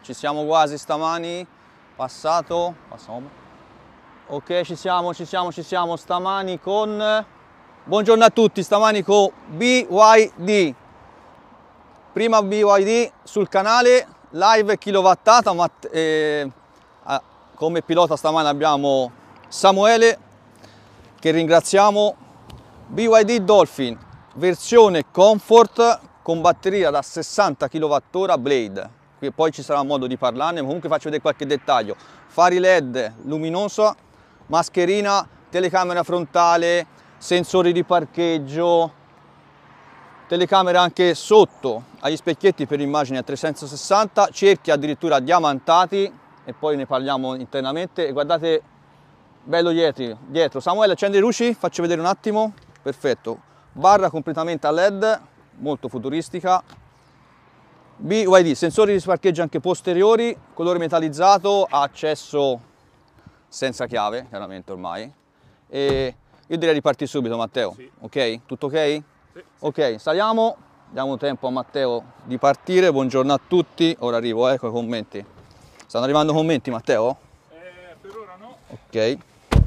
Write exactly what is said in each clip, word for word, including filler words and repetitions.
ci siamo quasi stamani, passato, passiamo. Ok, ci siamo, ci siamo, ci siamo stamani con, buongiorno a tutti, stamani con B Y D, prima B Y D sul canale, live kilowattata, ma eh, come pilota stamani abbiamo Samuele, che ringraziamo. B Y D Dolphin, versione Comfort con batteria da sessanta chilowattora Blade. Qui poi ci sarà modo di parlarne, ma comunque faccio vedere qualche dettaglio. Fari L E D luminosa, mascherina, telecamera frontale, sensori di parcheggio, telecamera anche sotto agli specchietti per immagini a trecentosessanta, cerchi addirittura diamantati, e poi ne parliamo internamente. E guardate, bello dietro, dietro. Samuele, accendi le luci, faccio vedere un attimo. Perfetto, barra completamente a L E D, molto futuristica. B Y D, sensori di parcheggio anche posteriori, colore metallizzato, accesso senza chiave, chiaramente ormai. E io direi di partire subito, Matteo. Sì. Ok? Tutto ok? Sì. Ok, saliamo, diamo tempo a Matteo di partire. Buongiorno a tutti, ora arrivo, ecco i commenti. Stanno arrivando commenti, Matteo? Eh, per ora no. Ok.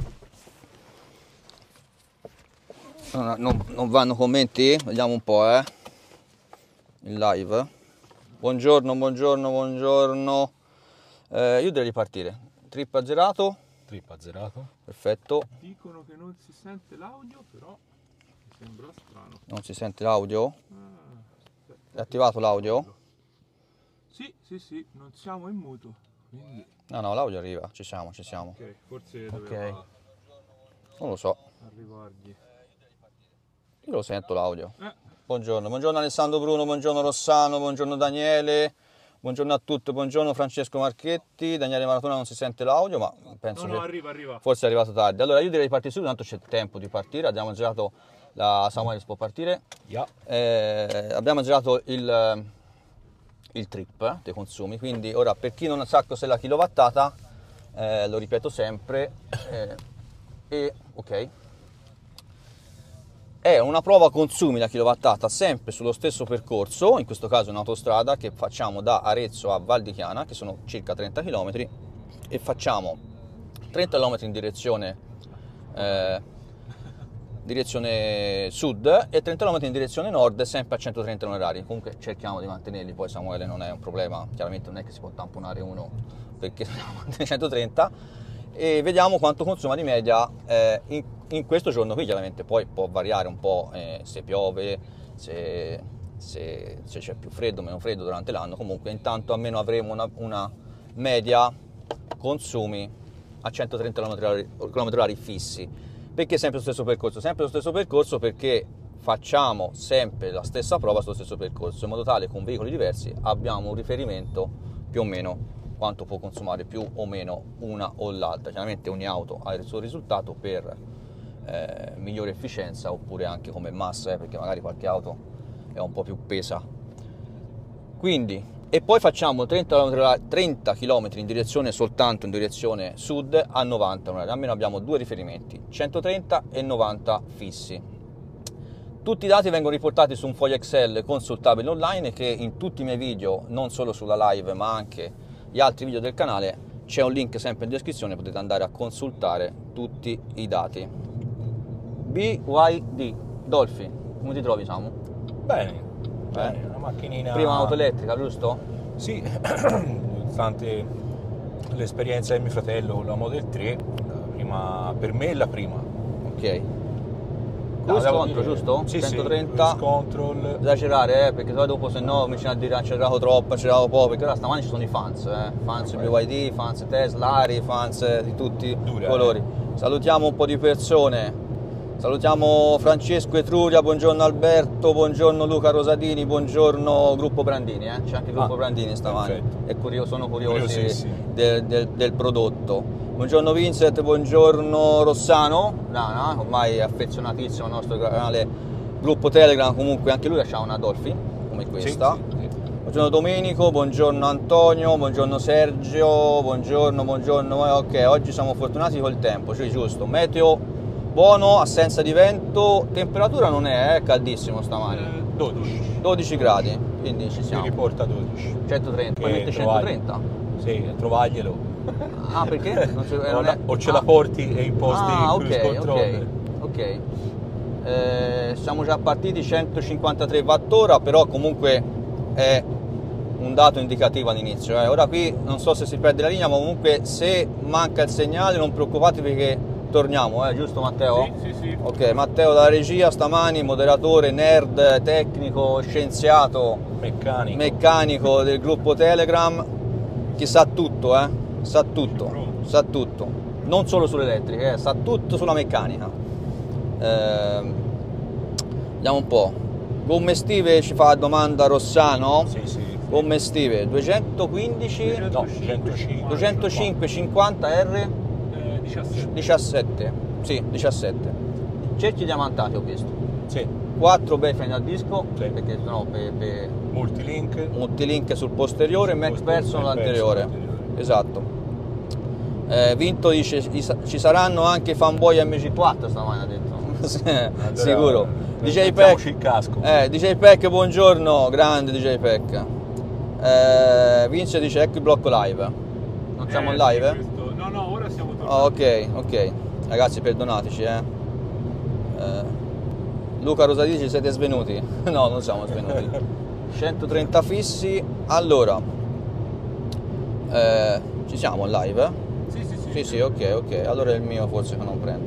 Non, non, non vanno commenti? Vediamo un po', eh. In live. Buongiorno, buongiorno, buongiorno. Eh, io direi di partire. Trip azzerato. Trip azzerato. Perfetto. Dicono che non si sente l'audio, però mi sembra strano. Non si sente l'audio? Ah, è attivato l'audio? Sì, sì, sì, non siamo in muto. Quindi... No, no, l'audio arriva, ci siamo, ci siamo. Ok, forse doveva Ok. Non lo so. arrivargli. Io lo sento l'audio. Eh. Buongiorno, buongiorno Alessandro Bruno, buongiorno Rossano, buongiorno Daniele, buongiorno a tutti, buongiorno Francesco Marchetti. Daniele Maratona non si sente l'audio, ma penso no, no, che arriva, arriva. forse è arrivato tardi. Allora io direi di partire subito, tanto c'è tempo di partire. Abbiamo girato, la Samuele si può partire. Yeah. Eh, abbiamo girato il, il trip eh, dei consumi, quindi ora per chi non sa cos'è la kilowattata, eh, lo ripeto sempre, eh, e ok. È una prova consumi la kilowattata sempre sullo stesso percorso, in questo caso in autostrada, che facciamo da Arezzo a Val di Chiana, che sono circa trenta chilometri, e facciamo trenta chilometri in direzione, eh, direzione sud e trenta chilometri in direzione nord, sempre a centotrenta orari. Comunque cerchiamo di mantenerli, poi Samuele non è un problema, chiaramente non è che si può tamponare uno perché siamo a centotrenta, e vediamo quanto consuma di media eh, in, in questo giorno qui. Chiaramente poi può variare un po' eh, se piove, se, se, se c'è più freddo, meno freddo durante l'anno. Comunque intanto almeno avremo una, una media consumi a centotrenta chilometri orari fissi. Perché sempre lo stesso percorso? Sempre lo stesso percorso perché facciamo sempre la stessa prova sullo stesso percorso, in modo tale che con veicoli diversi abbiamo un riferimento più o meno quanto può consumare più o meno una o l'altra. Chiaramente ogni auto ha il suo risultato per eh, migliore efficienza, oppure anche come massa, eh, perché magari qualche auto è un po' più pesa. Quindi, e poi facciamo trenta chilometri in direzione, soltanto in direzione sud, a novanta orari. Almeno abbiamo due riferimenti, centotrenta e novanta fissi. Tutti i dati vengono riportati su un foglio Excel consultabile online, che in tutti i miei video, non solo sulla live ma anche gli altri video del canale, c'è un link sempre in descrizione, potete andare a consultare tutti i dati. B Y D Dolphin, come ti trovi, Samu? Bene, bene, eh? Una macchinina... Prima auto elettrica, giusto? Sì, nonostante l'esperienza di mio fratello, la Model tre, la prima, per me è la prima. Ok. Cruise no, control, dire... giusto? Sì, centotrenta. Sì, control. Esagerare, eh, perché dopo se no mi a dire accelerato troppo, accelerato poco, perché ora stamani ci sono i fans, eh. Fans B Y D, fans Tesla, Ari, fans di tutti i colori. Eh. Salutiamo un po' di persone. Salutiamo Francesco Etruria, buongiorno Alberto, buongiorno Luca Rosadini, buongiorno Gruppo Brandini, eh? C'è anche il Gruppo ah, Brandini stamani, è curio, sono curiosi del, del, del prodotto. Buongiorno Vincent, buongiorno Rossano, Rana, ormai affezionatissimo al nostro canale Gruppo Telegram, comunque anche lui lasciava una Dolphin, come questa. Sì, sì, sì. Buongiorno Domenico, buongiorno Antonio, buongiorno Sergio, buongiorno, buongiorno, ok, oggi siamo fortunati col tempo, cioè giusto, meteo buono, assenza di vento, temperatura non è, è caldissimo stamani. Eh, dodici. dodici gradi, quindi ci Si siamo. riporta dodici. centotrenta, Che poi mette trovagli- centotrenta? Sì, trovaglielo. Ah, perché? Non si- o, non la- è- o ce ah. la porti e imposti Ah, il cruise ok, control. ok, ok. Eh, siamo già partiti centocinquantatré watt-ora, però comunque è un dato indicativo all'inizio. Eh. Ora qui non so se si perde la linea, ma comunque se manca il segnale non preoccupatevi che torniamo, eh, giusto Matteo? Sì, sì, sì. Ok, Matteo dalla regia stamani, moderatore, nerd, tecnico, scienziato, Meccanico. meccanico del gruppo Telegram, che sa tutto, eh? Sa tutto, sa tutto, non solo sulle elettriche, eh? Sa tutto sulla meccanica. Eh, vediamo un po'. Gomme estive ci fa la domanda Rossano. Sì, sì. Gomme estive duecentoquindici, No, duecentocinque. duecentocinque cinquanta R Eh, diciassette. diciassette. Sì, diciassette. Cerchi diamantati ho visto. Sì, quattro bei freni a disco, Sì. perché no, per, per multilink. multilink sul posteriore e Max Sul poster- Person Max l'anteriore. Person l'anteriore. Esatto. Eh, Vinto dice ci saranno anche fanboy M G quattro stamani, ha detto. Allora, Sicuro. D J mettiamoci Peck. il casco. Eh, D J Peck, buongiorno, grande D J Peck. Eh, Vince dice ecco il blocco live. Non siamo Eh, in live? sì, questo- No, no, ora siamo tornati. Ah, ok, ok. Ragazzi, perdonateci, eh. Eh, Luca Rosati dice siete svenuti. No, non siamo svenuti. centotrenta fissi. Allora, eh, ci siamo in live? eh? Sì, sì, sì. Sì, sì, ok, ok. Allora è il mio forse che non prendo.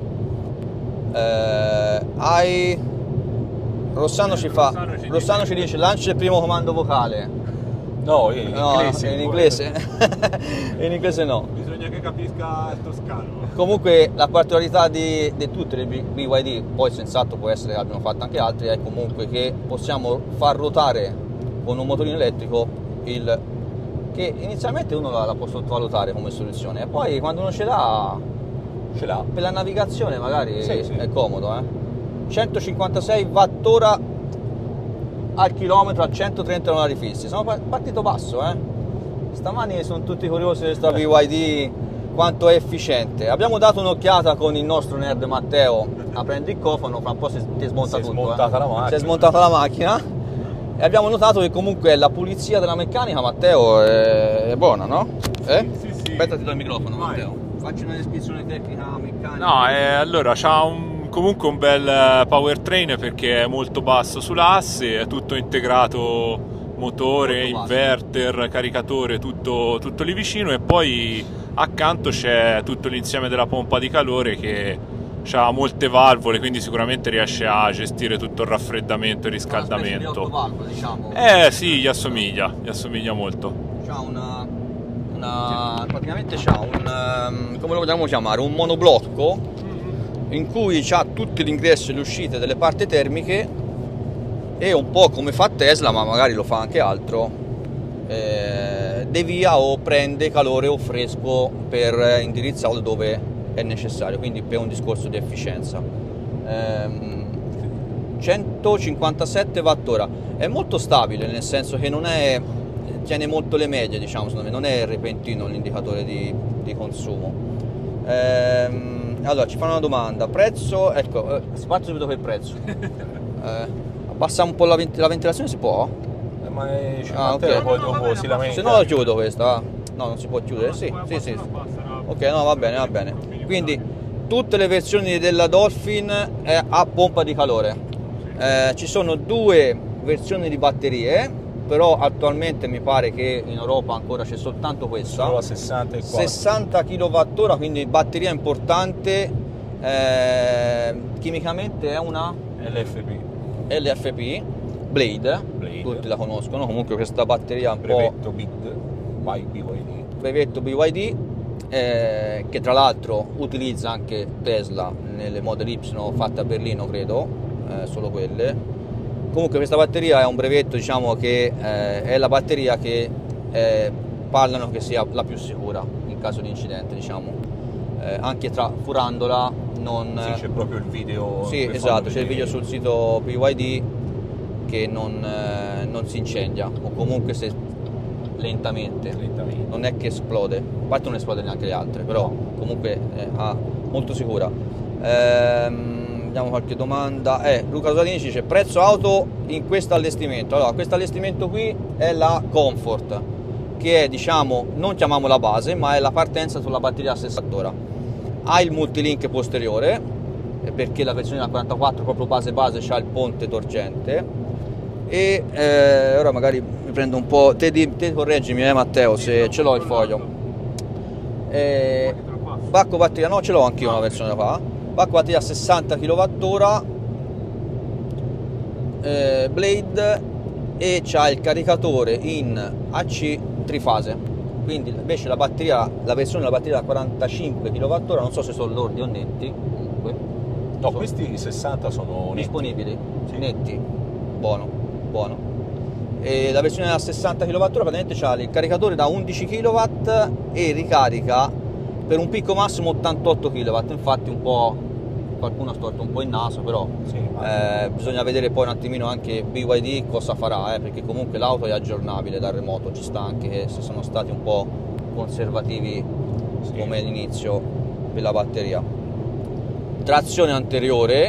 Eh, hai... Rossano ci fa... Rossano ci Rossano dice- ci dice lancia il primo comando vocale. No, in No, inglese. in inglese. In inglese no. Bisogna che capisca il toscano. Comunque la particolarità di, di tutte le B Y D, poi senz'altro può essere che abbiano fatto anche altri, è comunque che possiamo far ruotare con un motorino elettrico il che inizialmente uno la, la può sottovalutare come soluzione e poi quando uno ce l'ha Ce l'ha. per la navigazione magari Sì, sì. è comodo, eh. centocinquantasei watt-ora al chilometro a centotrenta orari fissi. Sono pa- partito basso, eh. Stamani sono tutti curiosi di questa B Y D quanto è efficiente. Abbiamo dato un'occhiata con il nostro nerd Matteo aprendo il cofano, fra un po' si, si smonta Si è tutto. smontata eh. la macchina. Si è smontata la macchina e abbiamo notato che comunque la pulizia della meccanica, Matteo, è, è buona, no? Eh? Sì, sì. Aspetta, ti do il microfono, Vai. Matteo. Facci una descrizione tecnica meccanica. No, eh, allora c'ha un, comunque un bel eh, powertrain perché è molto basso sull'asse, è tutto integrato, motore, Molto basso. inverter, caricatore, tutto, tutto lì vicino e poi accanto c'è tutto l'insieme della pompa di calore che ha molte valvole, quindi sicuramente riesce a gestire tutto il raffreddamento e il Una specie di riscaldamento. ottovalvole, diciamo. Eh sì, gli assomiglia, gli assomiglia molto. C'ha una, una praticamente c'ha un ehm, come lo vogliamo chiamare, un monoblocco in cui c'ha tutti gli ingressi e le uscite delle parti termiche e un po' come fa Tesla, ma magari lo fa anche altro, eh, devia o prende calore o fresco per indirizzarlo dove è necessario, quindi per un discorso di efficienza. Ehm, centocinquantasette watt-ora è molto stabile, nel senso che non è, tiene molto le medie, diciamo, secondo me non è repentino l'indicatore di, di consumo. Ehm, allora ci fanno una domanda, prezzo, ecco, eh, si parte subito per il prezzo. Eh, abbassa un po' la, vent- la ventilazione, si può? Eh, Ma è, cioè, Ah, Matteo ok. poi No, no, va dopo bene, si va lamenta. Se no la chiudo questa, va? No, non si può chiudere, sì, No, sì, sì. no, basta, no. Ok, no, va bene, va bene. Quindi tutte le versioni della Dolphin è a pompa di calore. Eh, ci sono due versioni di batterie, però attualmente mi pare che in Europa ancora c'è soltanto questa. Solo a sessanta e quattro. sessanta chilowattora, quindi batteria importante. Eh, chimicamente è una L F P. L F P Blade, Blade. tutti la conoscono. Comunque questa batteria un po' Brevetto B I D. by B Y D. brevetto B Y D, eh, che tra l'altro utilizza anche Tesla nelle Model Y fatte a Berlino, credo, eh, solo quelle. Comunque questa batteria è un brevetto, diciamo, che eh, è la batteria che eh, parlano che sia la più sicura in caso di incidente, diciamo. Eh, anche tra furandola non... Sì, c'è proprio il video. Sì, per esatto, farlo c'è il video vedere. sul sito B Y D che non, eh, non si incendia, o comunque se lentamente, Lentamente. non è che esplode, a parte non esplode neanche le altre, però comunque è ah, molto sicura. Ehm, Prendiamo qualche domanda. Eh, Luca Rosadini ci dice prezzo auto in questo allestimento. Allora, questo allestimento qui è la Comfort, che è, diciamo, non chiamiamola base, ma è la partenza sulla batteria a sessanta ora. Ha il multilink posteriore, perché la versione della quarantaquattro proprio base base c'ha il ponte torgente. E eh, ora magari mi prendo un po', te, di, te correggimi eh Matteo se ce l'ho il foglio. Eh, pacco batteria, no, ce l'ho anch'io una versione qua. Pacco batteria a sessanta chilowattora, eh, Blade, e c'ha il caricatore in A C trifase. Quindi invece la batteria, la versione della batteria da quarantacinque chilowattora, non so se sono lordi o netti, comunque. No, so. Questi sessanta sono disponibili, netti. netti, buono, buono. E la versione da sessanta chilowattora praticamente c'ha il caricatore da undici chilowatt e ricarica per un picco massimo ottantotto chilowatt. Infatti un po' qualcuno ha storto un po' il naso, però sì, eh, bisogna vedere poi un attimino anche B Y D cosa farà, eh, perché comunque l'auto è aggiornabile dal remoto, ci sta anche che se sono stati un po' conservativi sì. come all'inizio per la batteria. Trazione anteriore,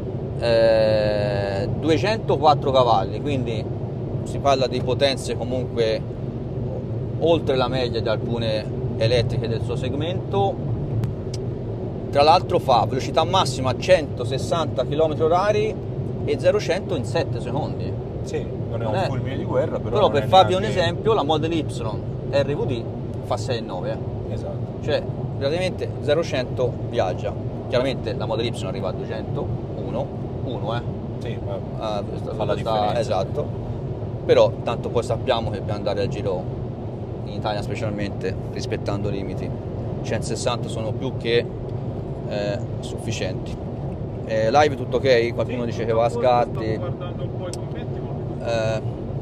eh, duecentoquattro cavalli, quindi si parla di potenze comunque oltre la media di alcune elettriche del suo segmento. Tra l'altro fa velocità massima a centosessanta chilometri orari e zero a cento in sette secondi. Sì, non è non un è. fulmine di guerra, però, però per farvi neanche... un esempio, la Model Y R V D fa sei virgola nove. Esatto. Cioè praticamente zero a cento viaggia. Chiaramente la Model Y arriva a duecento, uno, uno eh. Sì, ma uh, questa, fa la questa, differenza. Esatto. Però tanto poi sappiamo che per andare al giro in Italia specialmente, rispettando i limiti, centosessanta sono più che eh, sufficienti. Eh, live tutto ok? Qualcuno sì, dice che va a scatti. Guardando un po' i commenti, ma... eh,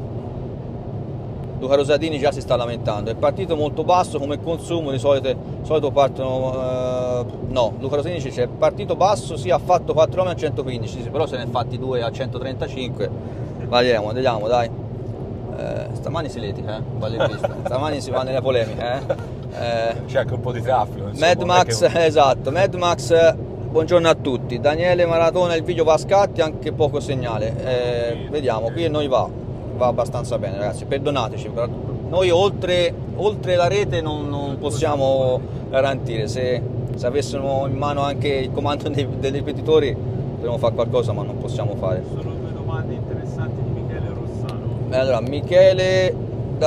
Luca Rosadini già si sta lamentando. È partito molto basso come consumo, di solito, di solito partono eh, no, Luca Rosadini dice è partito basso, sì, ha fatto quattro km a centoquindici, sì, però se ne è fatti due a centotrentacinque. Vediamo, vediamo, dai. Eh, stamani si litiga, eh? Vale vista. Stamani si va nelle polemiche, eh? Eh, c'è anche un po' di traffico. Insomma, Mad Max, che... esatto, Mad Max, buongiorno a tutti. Daniele Maratona, il video va a scatti, anche poco segnale. Eh, vediamo, qui noi va, va abbastanza bene, ragazzi. Perdonateci, però noi oltre, oltre la rete non, non possiamo garantire. Se, se avessimo in mano anche il comando dei, dei ripetitori, dovremmo fare qualcosa, ma non possiamo fare. Sono due domande interessanti di Michele Rossano. Allora, Michele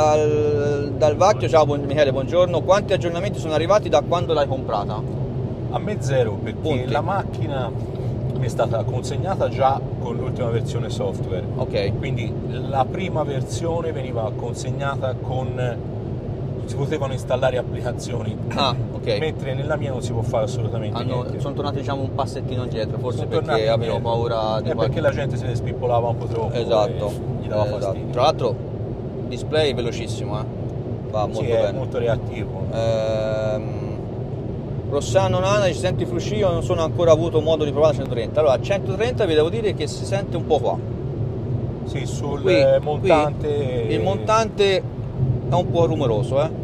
dal, dal Vacchio, ciao Michele, buongiorno. Quanti aggiornamenti sono arrivati da quando l'hai comprata? A me zero, perché Punti. La macchina mi è stata consegnata già con l'ultima versione software. Ok. Quindi la prima versione veniva consegnata con... si potevano installare applicazioni. Ah, ok. Mentre nella mia non si può fare assolutamente Hanno, niente. Sono tornati, diciamo, un passettino indietro, forse sono perché avevo paura di è qualche... perché la gente se ne spippolava un po' troppo. Esatto. E gli dava esatto. fastidio. Tra l'altro display velocissimo, eh. Va molto sì, bene. È molto reattivo. Ehm... Rossano Nana, ci senti fruscio, non sono ancora avuto modo di provare a centotrenta. Allora, a centotrenta vi devo dire che si sente un po' qua. Sì, sul qui, montante... Qui, il montante è un po' rumoroso, eh.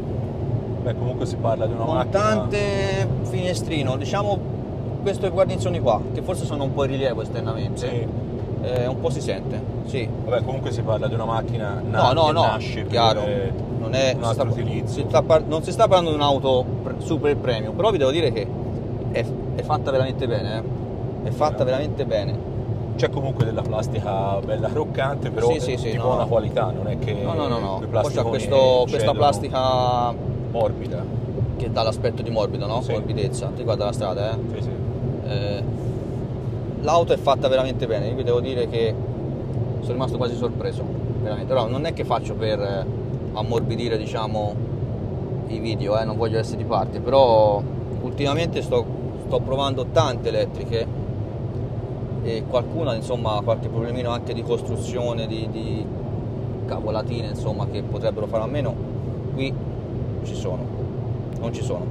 Beh, comunque si parla di una montante, macchina... finestrino, diciamo queste guarnizioni qua, che forse sono un po' in rilievo esternamente. Sì. Eh, un po' si sente, sì. Vabbè, comunque si parla di una macchina na- no, no, che no, nasce chiaro. per non è, un altro si sta, utilizzo. Si sta par- non si sta parlando di un'auto pre- super premium, però vi devo dire che è, è fatta veramente bene, eh. È fatta sì. veramente bene. C'è comunque della plastica bella croccante, però sì, sì, sì, di no, buona no. qualità, non è che no, no, no, no. Poi c'è questo, questa plastica morbida che dà l'aspetto di morbido, no? Sì. Morbidezza. Ti guarda la strada, eh? Sì, sì. eh l'auto è fatta veramente bene. Io vi devo dire che sono rimasto quasi sorpreso, veramente. Però non è che faccio per ammorbidire, diciamo, i video, eh? Non voglio essere di parte, però ultimamente sto, sto provando tante elettriche e qualcuna, insomma, qualche problemino anche di costruzione, di, di cavolatine, insomma, che potrebbero fare a meno. Qui ci sono, non ci sono.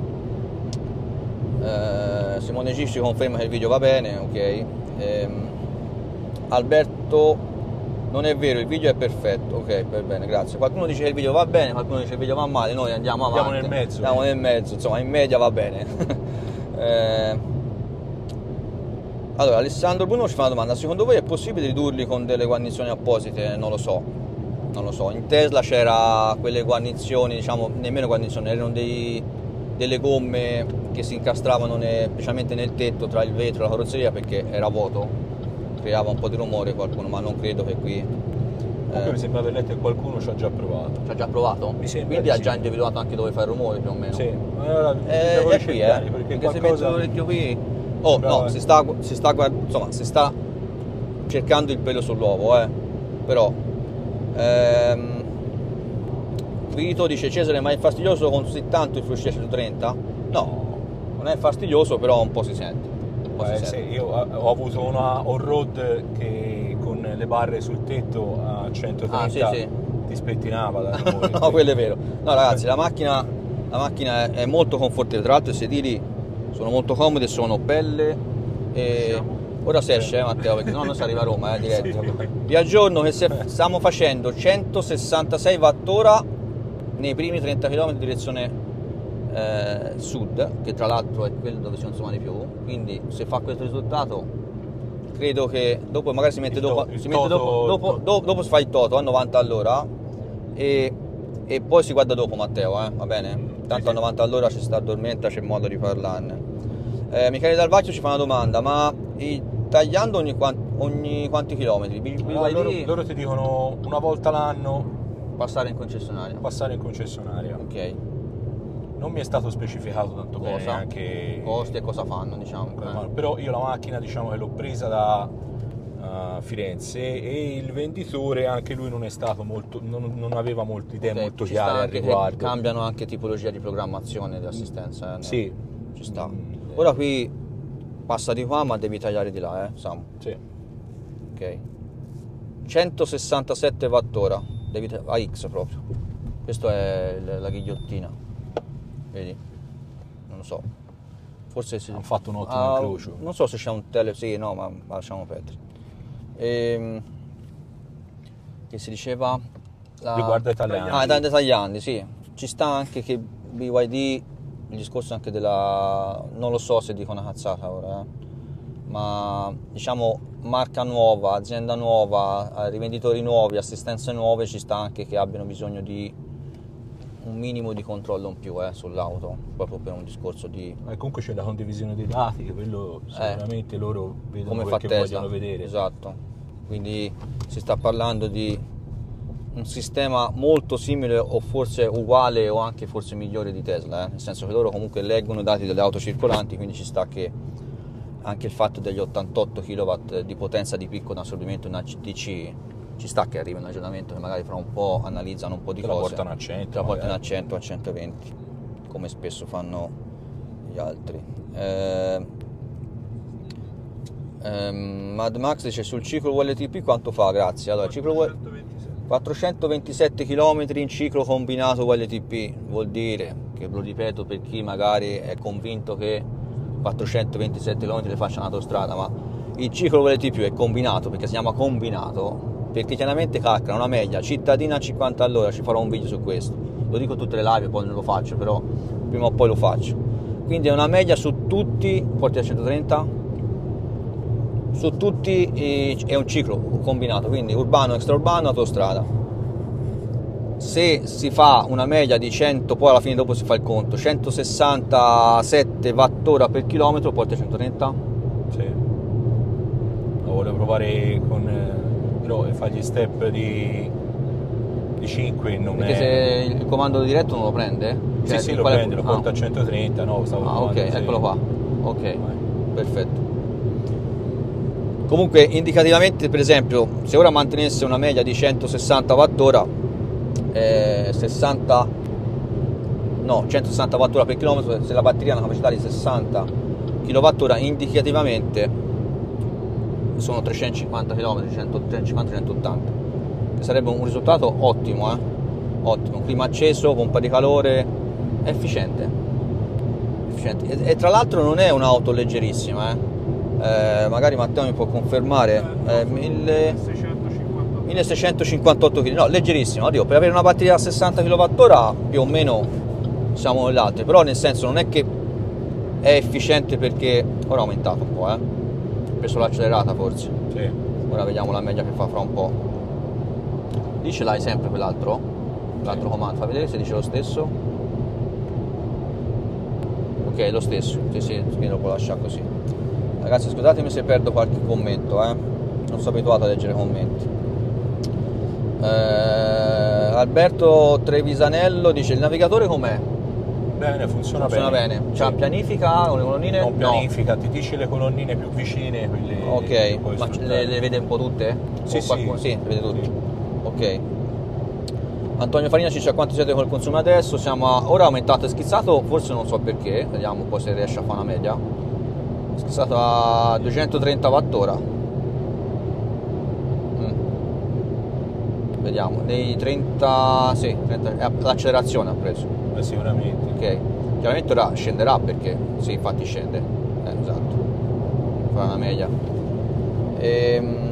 eh, Simone G ci conferma che il video va bene, ok. ehm, Alberto, non è vero, il video è perfetto, ok, va bene, grazie. Qualcuno dice che il video va bene, qualcuno dice che il video va male, noi andiamo avanti. Andiamo nel mezzo. Andiamo nel mezzo, insomma, in media va bene. eh, Allora, Alessandro Bruno ci fa una domanda: secondo voi è possibile ridurli con delle guarnizioni apposite? Non lo so, non lo so. In Tesla c'era quelle guarnizioni, diciamo, nemmeno guarnizioni, erano dei, delle gomme che si incastravano ne, specialmente nel tetto tra il vetro e la carrozzeria perché era vuoto, creava un po' di rumore qualcuno, ma non credo che qui... Comunque eh, mi sembra aver letto che qualcuno ci ha già provato. ci ha già provato? Mi sembra Quindi di ha sì. già individuato anche dove fa il rumore più o meno? Sì, allora, Eh, devo è qui, eh, ricercare, perché, perché se qualcosa... metto l'orecchio qui... Oh, Bravo, no, eh. si sta, si sta, guard- insomma, si sta cercando il pelo sull'uovo, eh. Però... Ehm, Vito dice: Cesare, ma è fastidioso così tanto il Full centotrenta? No, non è fastidioso, però un po' si sente. Un po' Eh, si sì, sente. io ho avuto una on-road che con le barre sul tetto a centotrenta Ah, sì, sì. ti spettinava dal rumore. No, quello è vero. No, ragazzi, la macchina, la macchina è, è molto confortevole. Tra l'altro i sedili sono molto comodi, sono pelle e... Ora si esce, eh, Matteo, perché no, non si arriva a Roma, eh, diretto. Sì. Vi aggiorno che se stiamo facendo centosessantasei watt ora nei primi trenta chilometri in direzione eh, sud, che tra l'altro è quello dove si consuma di più. Quindi se fa questo risultato, credo che dopo magari si mette Il dopo, to- il si mette toto- dopo, dopo, il to- dopo, dopo si fa il toto a novanta all'ora e, e poi si guarda dopo, Matteo, eh, va bene? Tanto sì. a novanta all'ora ci sta addormenta, c'è modo di parlarne. Eh, Michele Dal Vacchio ci fa una domanda: ma i, tagliando ogni, quant, ogni quanti chilometri? B- Allora, B Y D loro, loro ti dicono una volta l'anno passare in concessionaria? passare in concessionaria. Ok. Non mi è stato specificato tanto bene Cosa? anche Costi e cosa fanno, diciamo. cosa- eh. però io la macchina, diciamo, che l'ho presa da uh, Firenze e il venditore anche lui non è stato molto, non, non aveva molte idee Ok, molto ci sta chiare al anche che riguardo. cambiano anche tipologia di programmazione di assistenza, eh, Sì. ci sta. Mm, Ora qui passa di qua, ma devi tagliare di là, eh, Samu. Sì. Ok. centosessantasette watt ora, devi ta- a X proprio. Questa è l- la ghigliottina. Vedi? Non lo so. Forse si... Hanno fatto un ottimo Ah, incrocio. non so se c'è un tele... Sì, no, ma, ma lasciamo perdere. Ehm... Che si diceva? La... Riguardo ai Tagliandi. Ah, da Tagliandi, sì. Ci sta anche che B Y D, il discorso anche della... non lo so se dico una cazzata ora, eh. Ma diciamo marca nuova, azienda nuova, rivenditori nuovi, assistenze nuove, ci sta anche che abbiano bisogno di un minimo di controllo in più eh, sull'auto, proprio per un discorso di Ma comunque c'è la condivisione dei dati, che quello sicuramente loro vedono come fa quel che Tesla, vogliono vedere. esatto. Quindi si sta parlando di un sistema molto simile o forse uguale o anche forse migliore di Tesla, eh? Nel senso che loro comunque leggono i dati delle auto circolanti, quindi ci sta che anche il fatto degli ottantotto chilowatt di potenza di picco d'assorbimento in A C D C ci sta che arriva un aggiornamento che magari fra un po' analizzano un po' di Te la cose, portano a cento, te la portano a magari. cento, a centoventi, come spesso fanno gli altri. Eh, ehm, Mad Max dice: sul ciclo U L T P quanto fa? Grazie. Allora, il ciclo U L T P quattrocentoventisette chilometri in ciclo combinato U L T P, vuol dire, che ve lo ripeto per chi magari è convinto che quattrocentoventisette chilometri le faccia un'autostrada, ma il ciclo U L T P è combinato perché si chiama combinato perché chiaramente calcola una media cittadina a cinquanta all'ora. Ci farò un video su questo, lo dico tutte le live, poi non lo faccio, però prima o poi lo faccio. Quindi è una media su tutti, porti a centotrenta, su tutti eh, è un ciclo combinato, quindi urbano, extraurbano, autostrada. Se si fa una media di cento, poi alla fine dopo si fa il conto, centosessantasette watt ora per chilometro, porti a centotrenta. Sì. Lo volevo provare con eh, però fare gli step di, di cinque non Perché è... se il comando diretto non lo prende? Cioè, sì, sì, in lo quale- prende, lo ah. porta a centotrenta, no, stavo Ah, ok, provando, sì. eccolo qua. Ok, Vai. perfetto. Comunque indicativamente, per esempio, se ora mantenesse una media di centosessanta watt ora, eh, sessanta no, centosessanta watt ora per chilometro, se la batteria ha una capacità di sessanta chilowatt ora, indicativamente sono trecentocinquanta chilometri, centocinquanta centottanta, che sarebbe un risultato ottimo, eh? Ottimo, clima acceso, pompa di calore, è efficiente, efficiente. E, e tra l'altro non è un'auto leggerissima, eh? Eh, magari Matteo mi può confermare, eh, mille milleseicentocinquantotto kg, no, leggerissima, oddio, per avere una batteria a sessanta chilowatt ora più o meno siamo nelle altre, però nel senso non è che è efficiente perché ora è aumentato un po', eh? preso l'accelerata forse. Sì. Ora vediamo la media che fa fra un po'. Lì ce l'hai sempre quell'altro? L'altro comando, fa vedere se dice lo stesso. Ok, lo stesso, sì sì, quindi lo può lasciare così. Ragazzi scusatemi se perdo qualche commento, eh. Non sono abituato a leggere commenti. Eh, Alberto Trevisanello dice il navigatore com'è? Bene, funziona, Funziona bene. bene. C'ha Sì. pianifica con le colonnine? Non pianifica, ti dice le colonnine più vicine, quelle No. che Ok, puoi ma sfruttare. le, le vede un po' tutte? Sì, O sì. qualcuno- sì, le vede tutte. Sì. Ok. Antonio Farina ci dice a quanto siete col consumo adesso, siamo a, ora aumentato e schizzato, forse non so perché, vediamo un po' se riesce a fare una media. Schizzato a duecentotrenta wattora. Mm. Vediamo, nei trenta, sì, trenta, eh, l'accelerazione ha preso. Eh, sicuramente. Ok, chiaramente ora scenderà perché, sì, infatti scende, eh, esatto, fa una media. Ehm...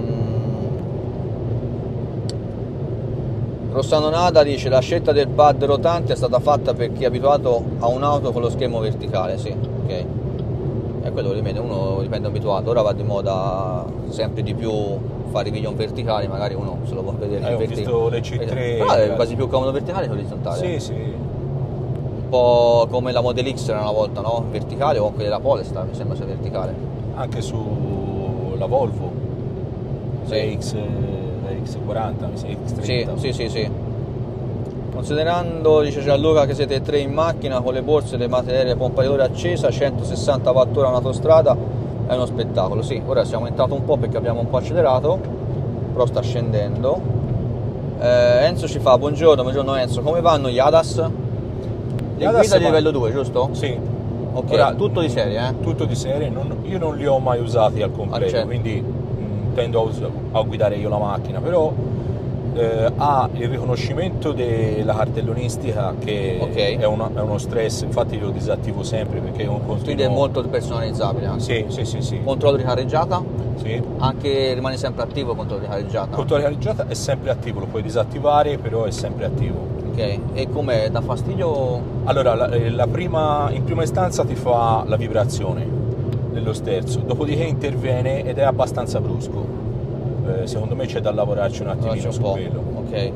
Rossano Nada dice la scelta del pad rotante è stata fatta per chi è abituato a un'auto con lo schermo verticale, sì, ok. E quello dipende, uno dipende abituato, ora va di moda sempre di più fare i video verticali, magari uno se lo può vedere Eh, in ho visto le C tre. però è quasi più comodo verticale che orizzontale. Sì, sì. Un po' come la Model X era una volta, no? Verticale, o anche la Polestar mi sembra sia verticale. Anche sulla Volvo. Sì. La X, la X quaranta, mi sembra, X Sì, trenta. sì, sì, sì. Considerando, dice Gianluca, che siete tre in macchina con le borse e le materie pompa di calore accesa, centosessanta wattora in autostrada, è uno spettacolo. Sì, ora siamo aumentato un po' perché abbiamo un po' accelerato, però sta scendendo. Eh, Enzo ci fa, buongiorno, buongiorno Enzo, come vanno gli A D A S? Le Gli A D A S guida di vanno- livello due, giusto? Sì. Ok, Ora, tutto di serie, eh? Tutto di serie, non- io non li ho mai usati al completo, Ah, certo. quindi mh, tendo a, us- a guidare io la macchina, però eh, ha il riconoscimento della cartellonistica che Ok. è, una- è uno stress, infatti lo disattivo sempre perché è un continuo... Quindi è molto personalizzabile anche. Sì, sì, sì, sì. Controllo di carreggiata? Sì. Anche rimane sempre attivo il controllo di carreggiata? Il controllo di carreggiata è sempre attivo, lo puoi disattivare, però è sempre attivo. Ok, e com'è? Dà fastidio? Allora, la, eh, la prima, in prima istanza ti fa la vibrazione dello sterzo, dopodiché interviene ed è abbastanza brusco. Eh, secondo me c'è da lavorarci un attimino Faccio un su po'. quello. Ok.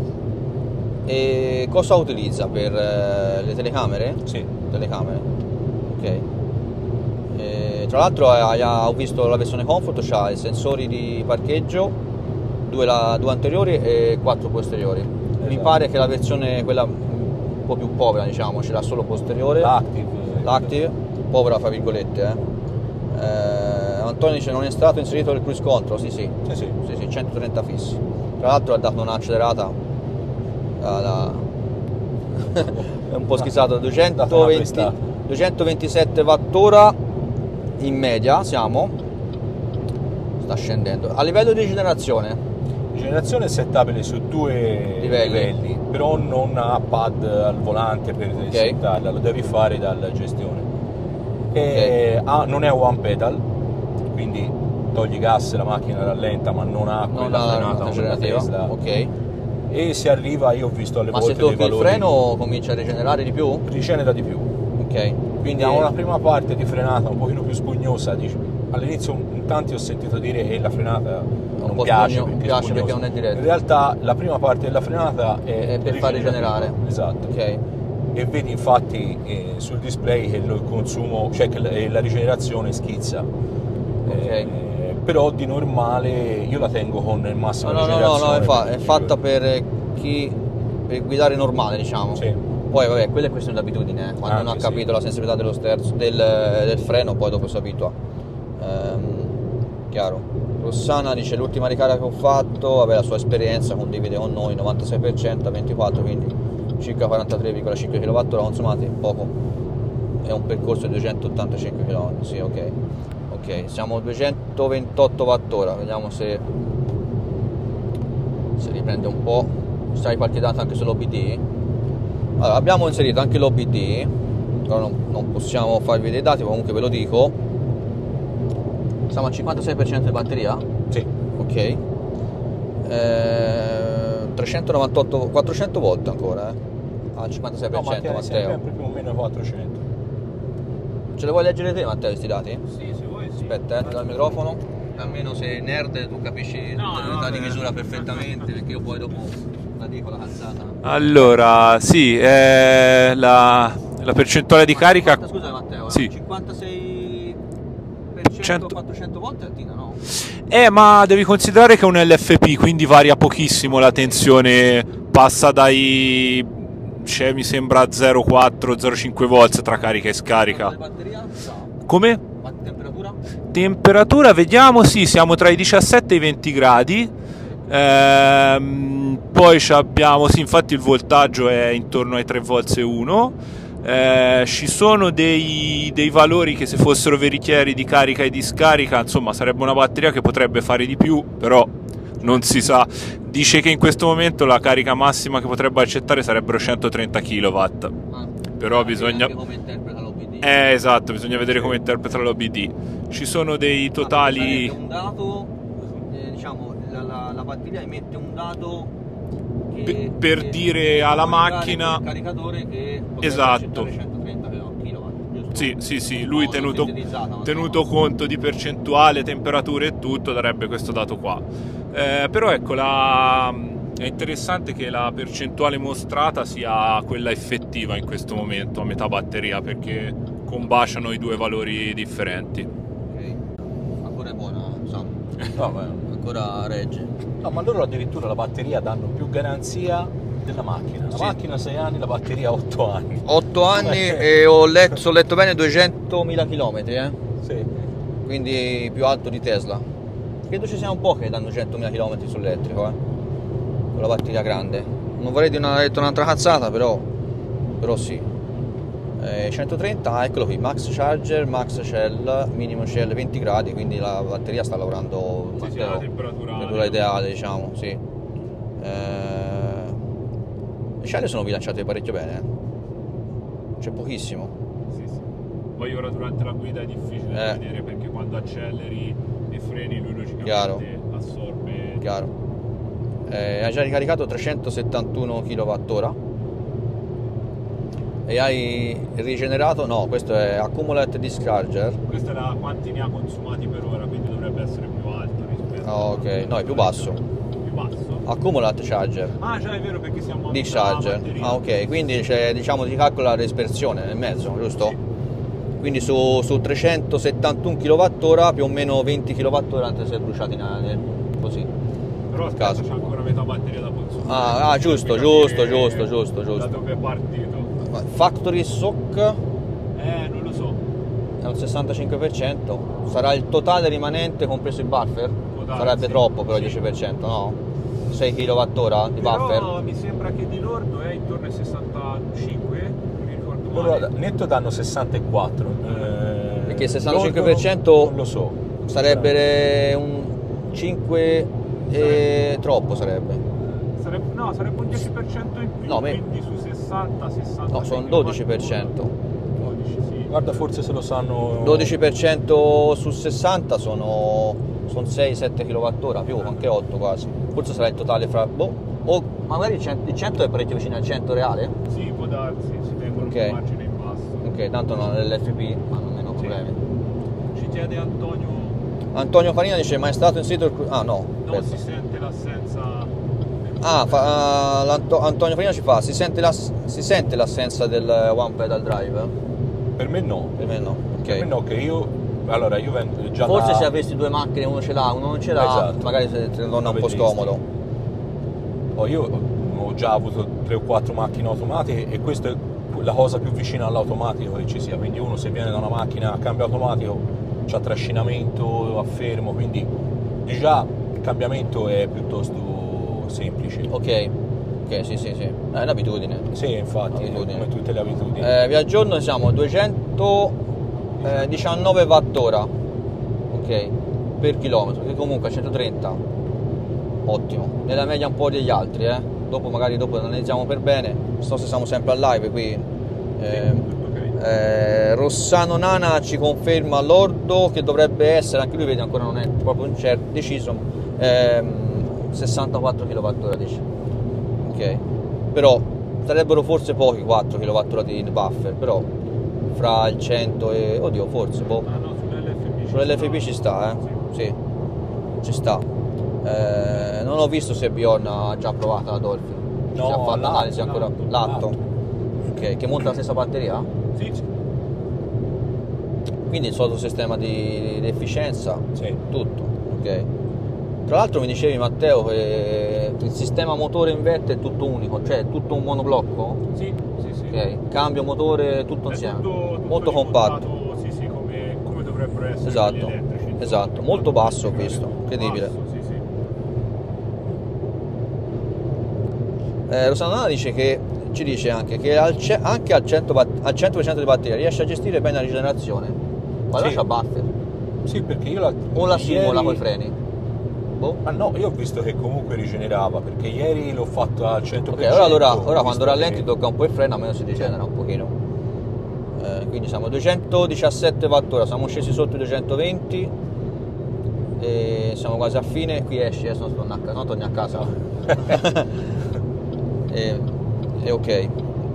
E cosa utilizza per eh, le telecamere? Sì, Telecamere. Ok. E, tra l'altro ha- ha- ho visto la versione Comfort, c'ha i sensori di parcheggio, due, la- due anteriori e quattro posteriori. Mi Esatto. pare che la versione quella un po' più povera, diciamo, ce l'ha solo posteriore. l'active. L'Active, povera fra virgolette, eh. Eh, Antonio dice non è stato inserito il cruise control, sì sì, Sì, sì. sì, sì, centotrenta fissi. Tra l'altro ha dato un'accelerata alla... è un po' schizzato, duecentoventi, duecentoventisette wattora in media siamo, sta scendendo. A livello di generazione, Generazione è settabile su due Livelli. livelli, però non ha pad al volante per Ok. settarla, lo devi fare dalla gestione. E ha- non è one pedal, quindi togli gas e la macchina rallenta, ma non ha non quella ha frenata una come la generativa, Tesla. ok. E si arriva, io ho visto alle Ma se volte dei tocchi il valori, freno comincia a rigenerare di più? rigenera di più. Ok, Quindi ha una prima parte di frenata un pochino più spugnosa. dici- All'inizio in tanti ho sentito dire che la frenata non po' piace, spugno- perché, è piace perché spugnosa. non è diretta. In realtà la prima parte della frenata è, È per far rigenerare. Esatto. Ok. E vedi infatti eh, sul display che il consumo, cioè che la, eh, la rigenerazione schizza. Eh, però di normale io la tengo con il massimo No, no, di no, no, no, rigenerazione. è, fa- è perché- fatta per chi per guidare normale, diciamo. Sì. Poi vabbè, quella è questione di abitudine, eh. Quando non ha Anche capito sì. la sensibilità dello sterzo, del, del freno, poi dopo si abitua. Ehm, chiaro. Rossana dice l'ultima ricarica che ho fatto, vabbè la sua esperienza condivide con noi, novantasei per cento a ventiquattro, quindi circa quarantatré virgola cinque chilowattora consumati, poco. È un percorso di duecentottantacinque chilometri, sì, ok. Ok, siamo a duecentoventotto wattora, vediamo se se riprende un po'. Sai qualche data anche sull'O B D? Allora, abbiamo inserito anche l'O B D, però non, non possiamo farvi vedere i dati, ma comunque ve lo dico. Siamo al cinquantasei per cento di batteria, Sì. ok. Eh, trecentonovantotto, quattrocento volt ancora, eh. Al cinquantasei per No, ma cento, tiene Matteo. sempre più o meno quattrocento. Ce le vuoi leggere te, Matteo, questi dati? Sì, se vuoi sì. Aspetta, eh, ti do il microfono. almeno sei nerd tu capisci No, tutte le no, unità di beh. misura perfettamente, perché io poi dopo la dico la cazzata. Allora, sì, eh, la, la percentuale di carica... cinquanta, scusa Matteo, Sì. cinquantasei per cento cento quattrocento volte attina, no? Eh, ma devi considerare che è un L F P, quindi varia pochissimo la tensione, passa dai... Cioè, mi sembra zero virgola quattro zero virgola cinque volt tra carica e scarica. La batteria? No. Come? Ma temperatura? Temperatura, vediamo, sì, siamo tra i diciassette e i venti gradi. Ehm, poi ci abbiamo, sì, infatti il voltaggio è intorno ai tre volt e uno. Eh, ci sono dei, dei valori che, se fossero veritieri di carica e di scarica, insomma, sarebbe una batteria che potrebbe fare di più, però non si sa. Dice che in questo momento la carica massima che potrebbe accettare sarebbero centotrenta chilowatt. Ah. Però Ah, bisogna... anche come interpreta l'O B D. Eh, esatto, bisogna vedere come interpreta l'O B D. Ci sono dei totali... Ah, un dato, eh, diciamo, la, la, la batteria emette un dato che, Per- per che- dire che alla comunicare macchina- col caricatore che potrebbe Esatto. accettare centotrenta chilowatt, giusto? Sì, sì, sì, lui No, tenuto, sintetizzata, ma tenuto insomma. conto di percentuale, temperature e tutto, darebbe questo dato qua. Eh, però ecco, la... è interessante che la percentuale mostrata sia quella effettiva in questo momento a metà batteria, perché combaciano i due valori differenti. Ok. Ancora è buona, Sam. No, beh. Ancora regge. No, ma loro addirittura la batteria danno più garanzia della macchina. La Sì. macchina sei anni, la batteria otto anni. otto anni Eh. e ho letto, se ho letto bene, duecentomila chilometri, eh? Sì. Quindi più alto di Tesla. Credo ci siano poche che danno centomila chilometri sull'elettrico, eh? Con la batteria grande. Non vorrei dire una, detto un'altra cazzata, però, però sì. Eh, centotrenta, ah, eccolo qui, max charger, max cell, minimum cell venti gradi, quindi la batteria sta lavorando, Sì, sì, Matteo, la temperatura... temperatura ideale, diciamo, sì. Eh, le celle sono bilanciate parecchio bene, eh. C'è pochissimo. Sì, sì. Poi ora durante la guida è difficile da Eh. vedere, perché quando acceleri e freni lui logicamente Chiaro. assorbe... Chiaro. Eh, hai già ricaricato trecentosettantuno chilowattora e hai rigenerato, no, questo è accumulated discharger. Questo era quanti ne ha consumati per ora, quindi dovrebbe essere più alto rispetto Oh, ok, no, è più basso. più basso. Accumulated charger. Ah, già, è vero, perché siamo a metà Discharger. batteria. Ah, ok, quindi c'è, diciamo, si calcola la dispersione nel mezzo, giusto? Sì. Quindi su, su trecentosettantuno chilowattora più o meno venti chilowattora anche se bruciati nel, così. Però aspetta, caso. c'è ancora metà batteria da consumare. Ah, ah, giusto, Per giusto, capire giusto, giusto, giusto. Da dove è partito? Factory soak Eh, non lo so. è un sessantacinque per cento. Sarà il totale rimanente compreso il buffer? Può darsi. Sarebbe troppo però il Sì. dieci per cento, no? sei chilowattora di Però buffer? mi sembra che di lordo è intorno ai sessantacinque, non mi ricordo Loro male. netto danno sessantaquattro. Eh, Perché il sessantacinque per lordo cento non lo so. Sarebbe un cinque e troppo sarebbe. Sarebbe, no, sarebbe un dieci per cento in più, No, me- quindi su sessanta, sessanta. No, sono dodici per cento. dodici, sì. Guarda, forse se lo sanno. dodici per cento su sessanta sono, sono sei sette chilowattora, più anche otto quasi. Forse sarà il totale fra... Boh, o magari il cento, il cento è parecchio vicino al cento reale? Sì, può darsi, si tengono Ok. un margine in basso. Ok, tanto no, nell'F P hanno meno Sì. problemi. Ci chiede Antonio, Antonio Farina dice, ma è stato in sito il... cru- Ah no, non aspetta. si sente l'assenza... Ah, fa- ah, l'Anto- Antonio Farina ci fa, si sente, l'ass- si sente l'assenza del one pedal drive? Per me no. Per me no, ok. Per me no, che io. Allora, io vengo già Forse da... se avessi due macchine, uno ce l'ha, uno non ce l'ha, Esatto. magari se ti torna un po' Vedresti. scomodo. Oh, io ho già avuto tre o quattro macchine automatiche e questa è la cosa più vicina all'automatico che ci sia. Quindi uno se viene da una macchina a cambio automatico c'ha trascinamento, affermo, quindi già il cambiamento è piuttosto semplice. Ok, ok, sì, sì, sì. È un'abitudine. Sì, infatti, Abitudine. come tutte le abitudini. Eh, vi aggiorno, siamo a duecentodiciannove wattora, ok, per chilometro, che comunque a centotrenta, ottimo. Nella media un po' degli altri, eh. Dopo magari dopo analizziamo per bene. Non so se siamo sempre a live qui. Eh, Ok. eh, Rossano Nana ci conferma l'ordo che dovrebbe essere, anche lui vede ancora non è proprio certo, deciso, ehm, sessantaquattro chilowattora dice. Ok, però sarebbero forse pochi quattro chilowattora di buffer, però fra il cento e oddio forse boh, Ah no, sull'L F P sull'L F P ci sta, eh. Sì. ci sta. Eh, non ho visto se Bjorn ha già provato la Dolphin. No, si ha fatto l'atto, analisi ancora. l'atto, L'atto. l'atto. Ok, che monta la stessa batteria? Sì, sì. Quindi il solito sistema di, di efficienza, Sì. tutto, ok. Tra l'altro mi dicevi Matteo che il sistema motore inverter è tutto unico, cioè è tutto un monoblocco? Sì, sì, sì. Ok, cambio motore tutto È insieme, tutto, tutto molto compatto. rimontato, sì, sì, come, come dovrebbero essere Esatto, quelli elettrici. insomma. esatto, molto basso ho visto, incredibile. Basso, sì, sì. Eh, Rosanna dice che ci dice anche che al ce- anche al, cento bat- al cento per cento di batteria riesce a gestire bene la rigenerazione. Ma Sì. lascia buffer Sì, perché io la... o la ieri- simula coi freni. Boh. Ah no, io ho visto che comunque rigenerava, perché ieri l'ho fatto al cento per Ok, cento. ora, allora, ho ora quando visto rallenti che- tocca un po' il freno, almeno si rigenera un pochino. Eh, quindi siamo a duecentodiciassette watt ora, siamo scesi sotto i duecentoventi e siamo quasi a fine. Qui esci, adesso non torno a casa, no, torni a casa. e, e ok.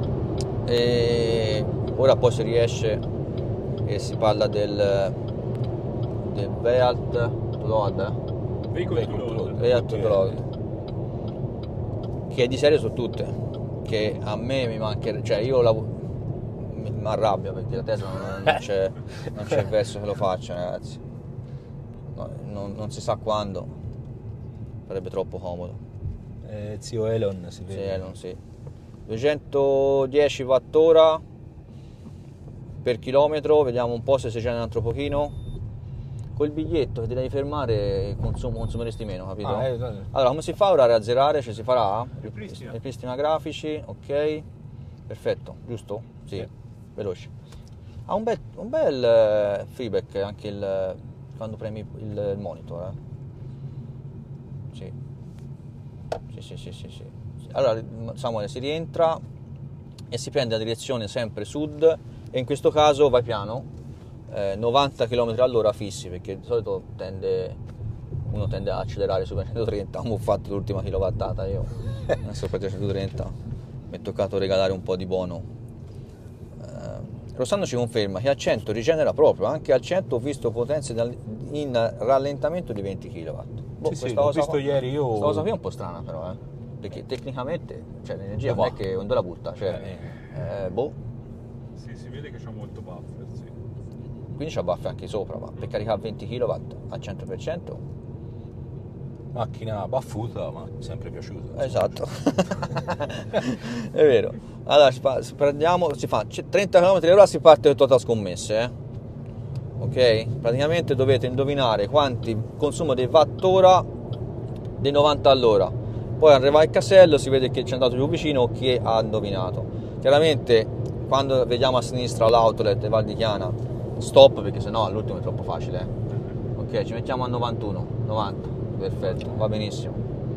E ora poi si riesce e si parla del del Vealt to Load, Vehicle to load. Vealt to Load, che è di serie su tutte, che a me mi mancherebbe, cioè io la, mi, mi arrabbio perché la Tesla non, non c'è non c'è verso che lo faccia, ragazzi. No, non, non si sa quando, sarebbe troppo comodo. Eh, zio Elon si Sì, vede. eh, non sì. duecentodieci watt ora per chilometro, vediamo un po' se si genera un altro pochino. Col biglietto che ti devi fermare consum- consumeresti meno, capito? Ah, eh, eh. Allora, come si fa ora a razzerare? Cioè si farà? Ripristina. Ripristina grafici, ok. Perfetto, giusto? Sì, Sì. veloce. Ha un bel, un bel eh, feedback anche il, quando premi il, il monitor, eh. Sì. Sì, sì, sì, sì, sì. Allora, Samuele, si rientra e si prende la direzione sempre sud e in questo caso vai piano, eh, novanta chilometri all'ora fissi, perché di solito tende, uno tende a accelerare su centotrenta, come ho fatto l'ultima kilowattata io, adesso per centotrenta mi è toccato regalare un po' di buono. Eh, Rossano ci conferma che a cento rigenera proprio, anche al cento ho visto potenze dal- in rallentamento di venti chilowatt. Boh, Sì, sì, questa l'ho cosa visto qua- ieri io. questa cosa qui è un po' strana però, eh, perché tecnicamente, cioè, l'energia Eh, non è va. che dove la butta, cioè, eh, boh, Sì, si vede che c'ha molto buffer, sì. quindi c'ha buffer anche sopra, ma per caricare venti chilowatt al cento per cento. Macchina baffuta, ma sempre piaciuta. Esatto. È vero. Allora, si fa- si prendiamo, si fa c- trenta chilometri all'ora, si parte del total scommesse, eh? Ok? Praticamente dovete indovinare quanti consumo dei watt ora dei novanta all'ora. Poi arriva il casello, si vede che c'è andato più vicino chi ha indovinato. Chiaramente quando vediamo a sinistra l'outlet Val di Chiana, stop, perché sennò all'ultimo è troppo facile, eh? Ok, ci mettiamo a novantuno, novanta, perfetto, va benissimo.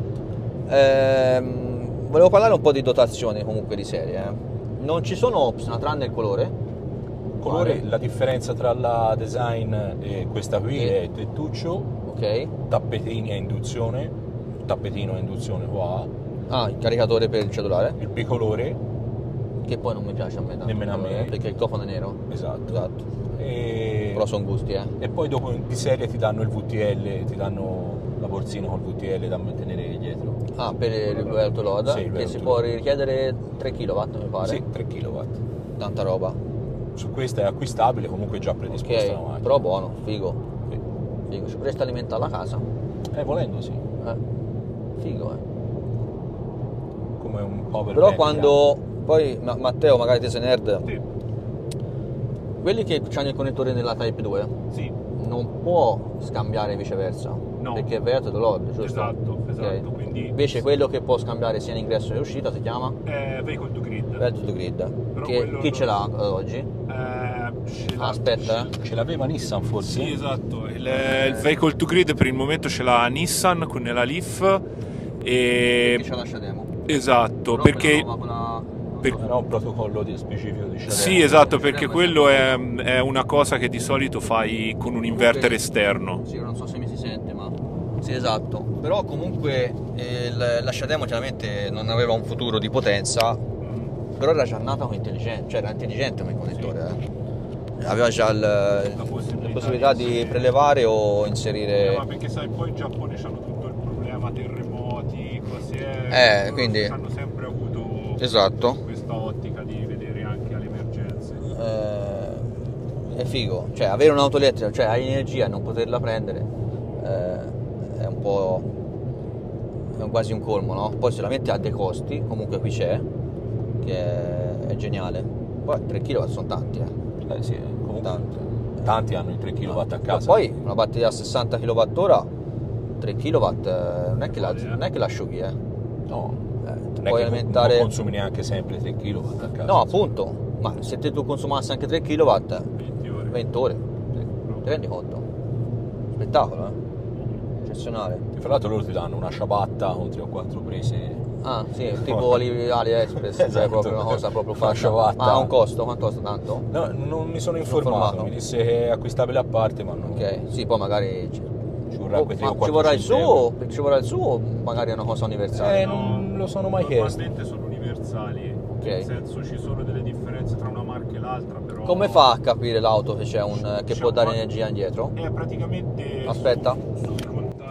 Ehm, volevo parlare un po' di dotazione comunque di serie, eh? Non ci sono optional tranne il colore. Colore, la differenza tra la design e questa qui Sì. è tettuccio, Ok. tappetini a induzione, tappetino a induzione qua, Ah, il caricatore per il cellulare, il bicolore, che poi non mi piace a me tanto, Nemmeno a me. eh, perché il cofano è nero. esatto, Esatto. e, Però sono gusti, eh. e poi dopo di serie ti danno il V T L, ti danno la borsina col V T L da mantenere dietro. Ah, per il autoload, Sì, il che si autoload. può richiedere tre chilowatt, mi pare. Sì, tre chilowatt. Tanta roba. Su questa è acquistabile, comunque già predisposta la Ok, macchina. però buono, figo. Sì. Figo, ci potresti alimentare la casa. Eh, volendo sì, Eh. Figo, eh. come un power Però bank, quando poi Ma- Matteo, magari te sei nerd, Sì, quelli che hanno il connettore nella Type due sì, non può scambiare viceversa. No. Perché è vert to load, giusto? esatto, Ok. esatto, quindi Invece quello che può scambiare sia in ingresso che in uscita si chiama è vehicle to grid. Vert to grid. Però Che, quello chi non- ce l'ha ad oggi? Eh, ce l'ha- Ah, aspetta, eh. Ce l'aveva Nissan forse? Sì, esatto. Il, il vehicle to grid per il momento ce l'ha Nissan con la Leaf e Chi ce la scegliamo? esatto, perché per- Era un protocollo di- specifico di scelta. sì, esatto, perché quello è, è una cosa che di solito fai con un inverter esterno. Sì, non so se mi si sente, ma sì, esatto. Però comunque il, la Shademo chiaramente non aveva un futuro di potenza, però era già nata con intelligenza, cioè era intelligente come connettore, eh. aveva già il, la possibilità, la possibilità di, di prelevare o inserire. Eh, ma perché sai, poi in Giappone hanno tutto il problema terremoti, cose, Eh, quindi hanno sempre avuto esatto. questa ottica di vedere anche alle emergenze. Eh, è figo, cioè avere un'auto elettrica, cioè hai energia e non poterla prendere eh, è un po' è quasi un colmo, no? Poi solamente ha dei costi, comunque qui c'è, che è, è geniale. Poi tre chilowatt sono tanti, eh. Eh sì, comunque Tanti. tanti hanno i tre chilowatt a casa. Ma poi una batteria a sessanta chilowattora, tre chilowatt, eh, non è che la, non è che la asciughi, eh. No, Eh, tu non è puoi che alimentare. non consumi neanche sempre tre chilowatt a casa. No, appunto, ma se te tu consumassi anche tre chilowatt, venti ore. venti ore, ti rendi conto? Spettacolo, eh? Eccezionale. E fra l'altro loro ti danno una ciabatta con tre o quattro prese. Ah, sì, tipo Ali, AliExpress, cioè Esatto. proprio una cosa proprio Una fatta. ciabatta. Ma ha un costo? Quanto costa tanto? No, non mi sono Sono informato, informato. mi disse che acquistabile a parte, ma non. Ok, sì, poi magari ci, Ci vorrà oh, quei tre ma o ci vorrà il quattrocento suo, euro. ci vorrà il suo o magari è una cosa universale? Eh, non lo sono mai chiesto. Normalmente sono universali, Ok. nel senso ci sono delle differenze tra una marca e l'altra, però... Come fa a capire l'auto che c'è un che C'è può un dare qua- energia indietro? È praticamente... Aspetta. Sul, sul contatto...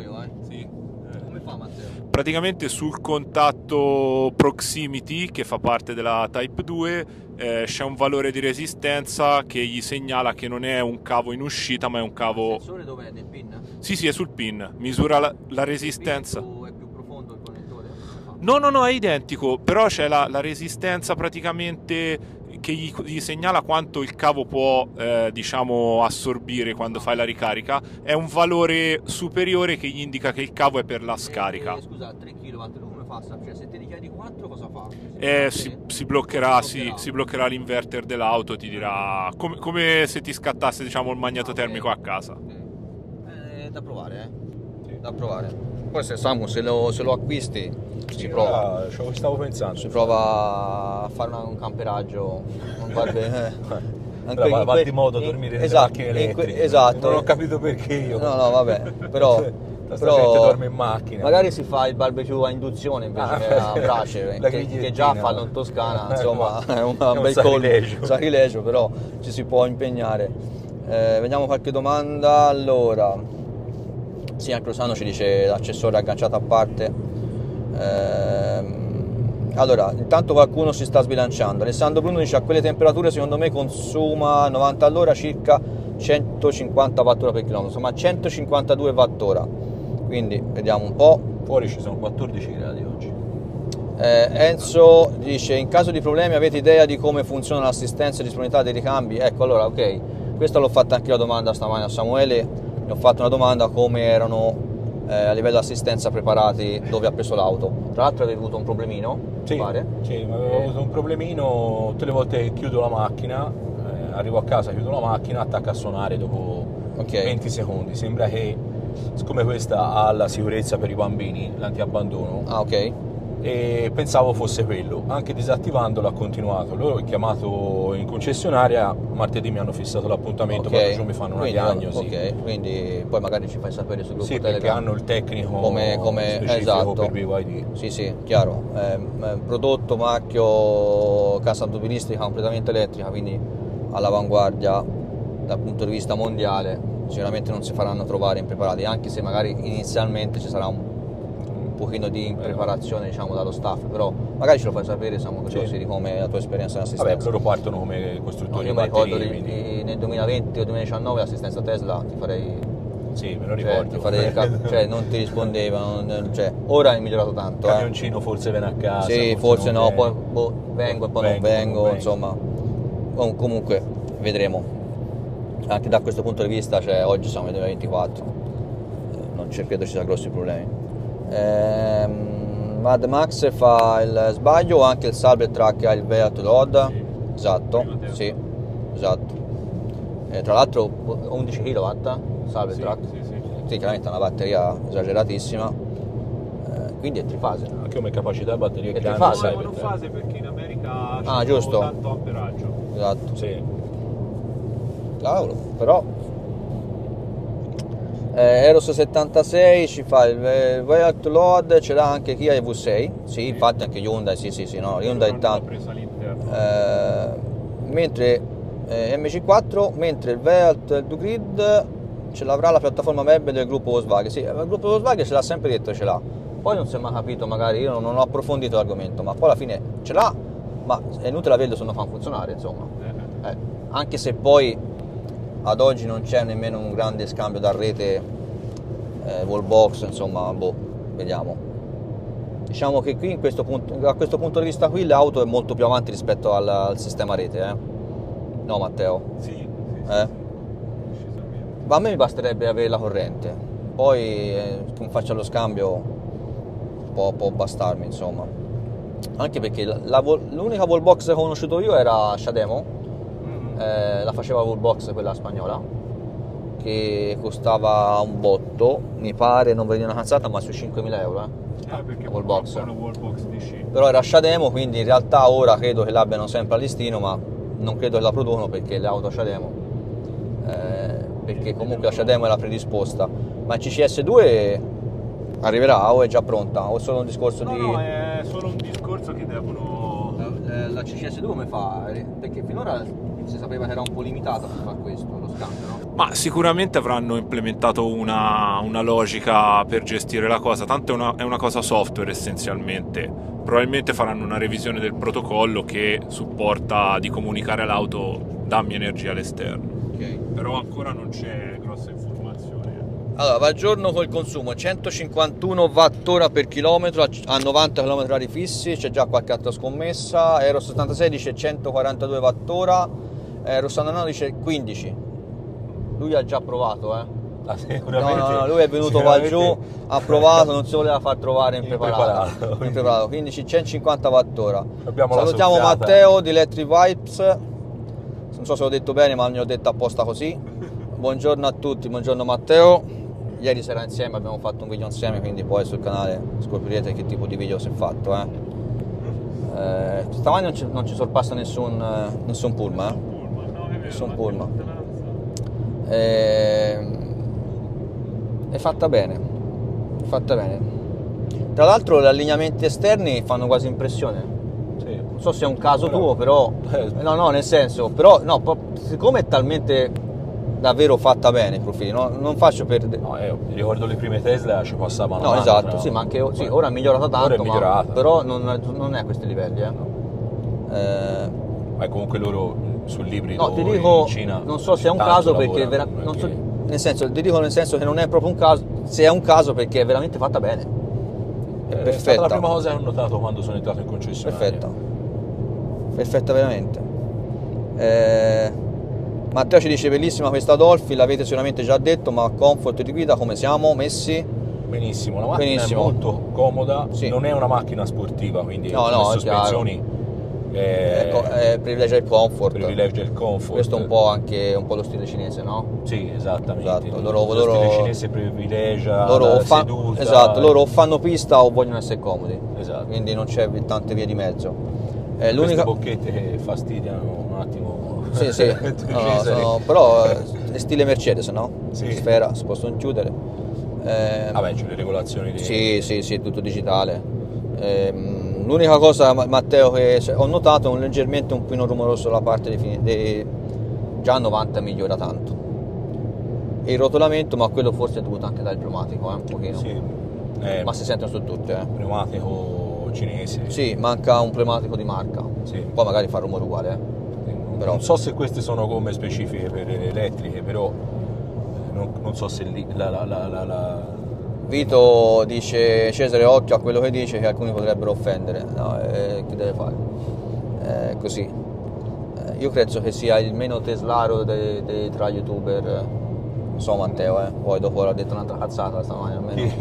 Sì. Come fa Matteo? Praticamente sul contatto proximity, che fa parte della Type due, eh, c'è un valore di resistenza che gli segnala che non è un cavo in uscita, ma è un cavo... Il sensore dov'è? Del pin? Sì, sì, è sul pin, misura la, la resistenza. Il pin è più, è più profondo il connettore? Come fa? No, no, no, è identico, però c'è la, la resistenza praticamente che gli, gli segnala quanto il cavo può, eh, diciamo, assorbire quando fai la ricarica. È un valore superiore che gli indica che il cavo è per la scarica. Eh, scusa, tre chilowatt, tu come fa? Cioè, se te ne chiedi quattro cosa fa? Eh, Sì. si, si bloccherà, si, bloccherà. si bloccherà l'inverter dell'auto, ti dirà come, come se ti scattasse, diciamo, il magneto Ah, ok. termico a casa. Ok. Eh, da provare, eh? Da provare. Poi se Samu, se lo, se lo acquisti, si prova. Ah, ci stavo pensando. Si prova a fare una- un camperaggio. Non guarda, eh. Anche Allora, in va que- di modo in- dormire nelle esatto, macchine in que- elettriche. esatto. Non ho capito perché io. No, no, vabbè, però, Sta però gente dorme in macchina. magari si fa il barbecue a induzione invece Ah, che a brace, la che, che grigliettina. già fallo in Toscana, Eh, insomma, ma è un, è un bel sacrilegio. colpo, sacrilegio, però ci si può impegnare. Eh, vediamo qualche domanda. Allora, sì, anche Rosano ci dice l'accessore agganciato a parte. Ehm, allora, intanto qualcuno si sta sbilanciando. Alessandro Bruno dice a quelle temperature secondo me consuma novanta all'ora circa centocinquanta watt per chilometro, insomma centocinquantadue watt ora. Quindi vediamo un po'. Fuori ci sono quattordici gradi oggi. Eh, Enzo dice in caso di problemi avete idea di come funziona l'assistenza e disponibilità dei ricambi? Ecco, allora, ok, questa l'ho fatta anche la domanda stamani a Samuele, gli ho fatto una domanda come erano eh, a livello di assistenza preparati dove ha preso l'auto. Tra l'altro avevi avuto un problemino, Sì, mi pare. sì, ma avevo avuto un problemino. Tutte le volte che chiudo la macchina, eh, arrivo a casa, chiudo la macchina, attacca a suonare dopo Ok. venti secondi. Sembra che, siccome questa ha la sicurezza per i bambini, l'antiabbandono, Ah, ok. e pensavo fosse quello. Anche disattivandolo ha continuato. Loro ho chiamato in concessionaria, martedì mi hanno fissato l'appuntamento, Ok. poi giorno mi fanno una Quindi, diagnosi. Ok, quindi poi magari ci fai sapere sul gruppo Sì, perché Telegram. hanno il tecnico come, come specifico esatto. per B Y D. Sì, sì, chiaro. Eh, prodotto, marchio, casa automobilistica completamente elettrica, quindi all'avanguardia dal punto di vista mondiale. Sicuramente non si faranno trovare impreparati, anche se magari inizialmente ci sarà un, un pochino di impreparazione, diciamo, dallo staff, però magari ce lo fai sapere, siamo curiosi Sì. di come la tua esperienza in Vabbè, assistenza. loro partono come No, costruttori io di mi ricordo batterie, di- quindi di- nel duemilaventi o duemiladiciannove l'assistenza Tesla ti farei, sì, me lo cioè, ricordo. ti farei cap- cioè, non ti rispondeva, non- cioè, ora è migliorato tanto. Il eh. camioncino forse viene a casa. Sì, forse non no, viene. poi boh, vengo e poi non Vengo, vengo, vengo. insomma. Com- comunque vedremo. Anche da questo punto di vista, cioè, oggi siamo nel duemilaventiquattro, eh, non c'è, credo ci sia grossi problemi. Ehm, Mad Max fa il sbaglio o anche il Cybertruck ha il Veil to Load? Sì. Esatto, Prima tempo. sì, esatto. E tra l'altro undici chilowatt Cybertruck, Sì, sì, sì. sì, chiaramente è una batteria esageratissima, eh, quindi è trifase. Anche come capacità batteria Che grande. ti fa, No, sai, è Cybertruck. monofase perché in America Ah, c'è giusto. tanto amperaggio. Esatto. Sì. Cavolo, però eh, Eros settantasei ci fa il Veil to Load, ce l'ha anche Kia E V sei, sì, infatti anche Hyundai, sì sì sì, no, Hyundai Non l'ho tanto. presa all'interno. Eh, mentre eh, M C quattro, mentre il Veult Ducrid ce l'avrà la piattaforma web del gruppo Volkswagen. Sì, il gruppo Volkswagen ce l'ha sempre detto, ce l'ha. Poi non si è mai capito, magari io non ho approfondito l'argomento, ma poi alla fine ce l'ha, ma è inutile averlo se non fa funzionare, insomma. Eh, anche se poi ad oggi non c'è nemmeno un grande scambio da rete eh, Wallbox, insomma, boh, vediamo. Diciamo che qui in questo punto, a questo punto di vista qui l'auto è molto più avanti rispetto al, al sistema rete, eh? No, Matteo? Sì, sì, sì, Eh? sì. Ma a me mi basterebbe avere la corrente, poi eh, come faccio lo scambio può, può bastarmi, insomma. Anche perché la, la, l'unica wallbox che ho conosciuto io era Shademo, mm-hmm. eh, la faceva wallbox quella spagnola, che costava un botto, mi pare, non vedo una cazzata, ma sui cinquemila euro, eh. Ah, perché la wallbox. È una wallbox D C. Però era Shademo, quindi in realtà ora credo che l'abbiano sempre a listino, ma non credo che la producono perché le auto Shademo, eh, perché comunque la Shademo è la predisposta. Ma il C C S due arriverà o è già pronta? O è solo un discorso no, di... No, è solo un discorso che devono... La, la C C S due come fa? Perché finora si sapeva che era un po' limitata per fare questo, lo scambio, no? Ma sicuramente avranno implementato una, una logica per gestire la cosa, tanto è una, è una cosa software essenzialmente. Probabilmente faranno una revisione del protocollo che supporta di comunicare all'auto dammi energia all'esterno. Okay. Però ancora non c'è grossa informazione. Allora, va al giorno col consumo, centocinquantuno watt-ora per chilometro a novanta chilometri orari fissi, c'è già qualche altra scommessa. Euro settantasei dice centoquarantadue watt-ora, Euro sessantanove dice quindici. Lui ha già provato, eh. Ah, no, no, no, lui è venuto qua giù, ha provato, non si voleva far trovare impreparato. impreparato quindi... impreparato. quindi centocinquanta watt-ora. Abbiamo Salutiamo Matteo di Electric Vibes, non so se l'ho detto bene, ma ne ho detto apposta così. Buongiorno a tutti, buongiorno Matteo. Ieri sera insieme abbiamo fatto un video insieme, quindi poi sul canale scoprirete che tipo di video si è fatto, eh. Eh, stamani non ci, non ci sorpassa nessun, nessun pullman, eh. nessun pullman. Eh, è fatta bene, è fatta bene. Tra l'altro gli allineamenti esterni fanno quasi impressione. Sì. Non so se è un caso però... tuo, però no, no, nel senso, però no, siccome è talmente davvero fatta bene i profili, no? Non faccio per... No, io ricordo le prime Tesla ci passavano. No, esatto, sì, ma anche sì, ora è migliorata tanto, ora è migliorata. Ma, però non, non è a questi livelli, eh. eh ma comunque loro sull'ibrido no, ti dico, in Cina non so se è un caso perché, vera, non so, nel senso, ti dico nel senso che non è proprio un caso, se è un caso perché è veramente fatta bene, è, è perfetta. È stata la prima cosa che ho notato quando sono entrato in concessionaria. Perfetta, perfetta veramente. Eh, Matteo ci dice bellissima questa Dolphin, l'avete sicuramente già detto, ma comfort di guida come siamo messi? Benissimo, la macchina Benissimo. è molto comoda, sì. Non è una macchina sportiva, quindi no, le no, sospensioni Eh, eh, privilegia il comfort. Privilegia il comfort. Questo è un po' anche un po' lo stile cinese, no? Sì, esattamente. Esatto. Loro, lo loro, stile cinese privilegia loro la fa, seduta. Esatto, loro o fanno pista o vogliono essere comodi. Esatto. Quindi non c'è tante vie di mezzo. Eh, l'unica... Queste bocchette che fastidiano un attimo. Sì, sì. no, no, sono, però è stile Mercedes, no? Sì. Sfera, si possono chiudere. Eh, Vabbè, c'è le regolazioni di... Sì, sì, sì, è tutto digitale. Eh, L'unica cosa, Matteo, che ho notato è un leggermente un pino rumoroso la parte dei, dei già novanta migliora tanto. E il rotolamento, ma quello forse è dovuto anche dal pneumatico, eh, un pochino. Sì. Eh, ma si sentono su tutte, eh. Pneumatico cinese. Sì, manca un pneumatico di marca. Sì. Poi magari fa rumore uguale, eh. Non, però... non so se queste sono gomme specifiche per le elettriche, però non, non so se lì la, la, la, la, la... Vito dice Cesare occhio a quello che dice che alcuni potrebbero offendere. No, eh, che deve fare? È eh, così. Eh, io credo che sia il meno teslaro dei, dei, tra gli youtuber. Non so Matteo, eh. Poi dopo ho detto un'altra cazzata stamani almeno.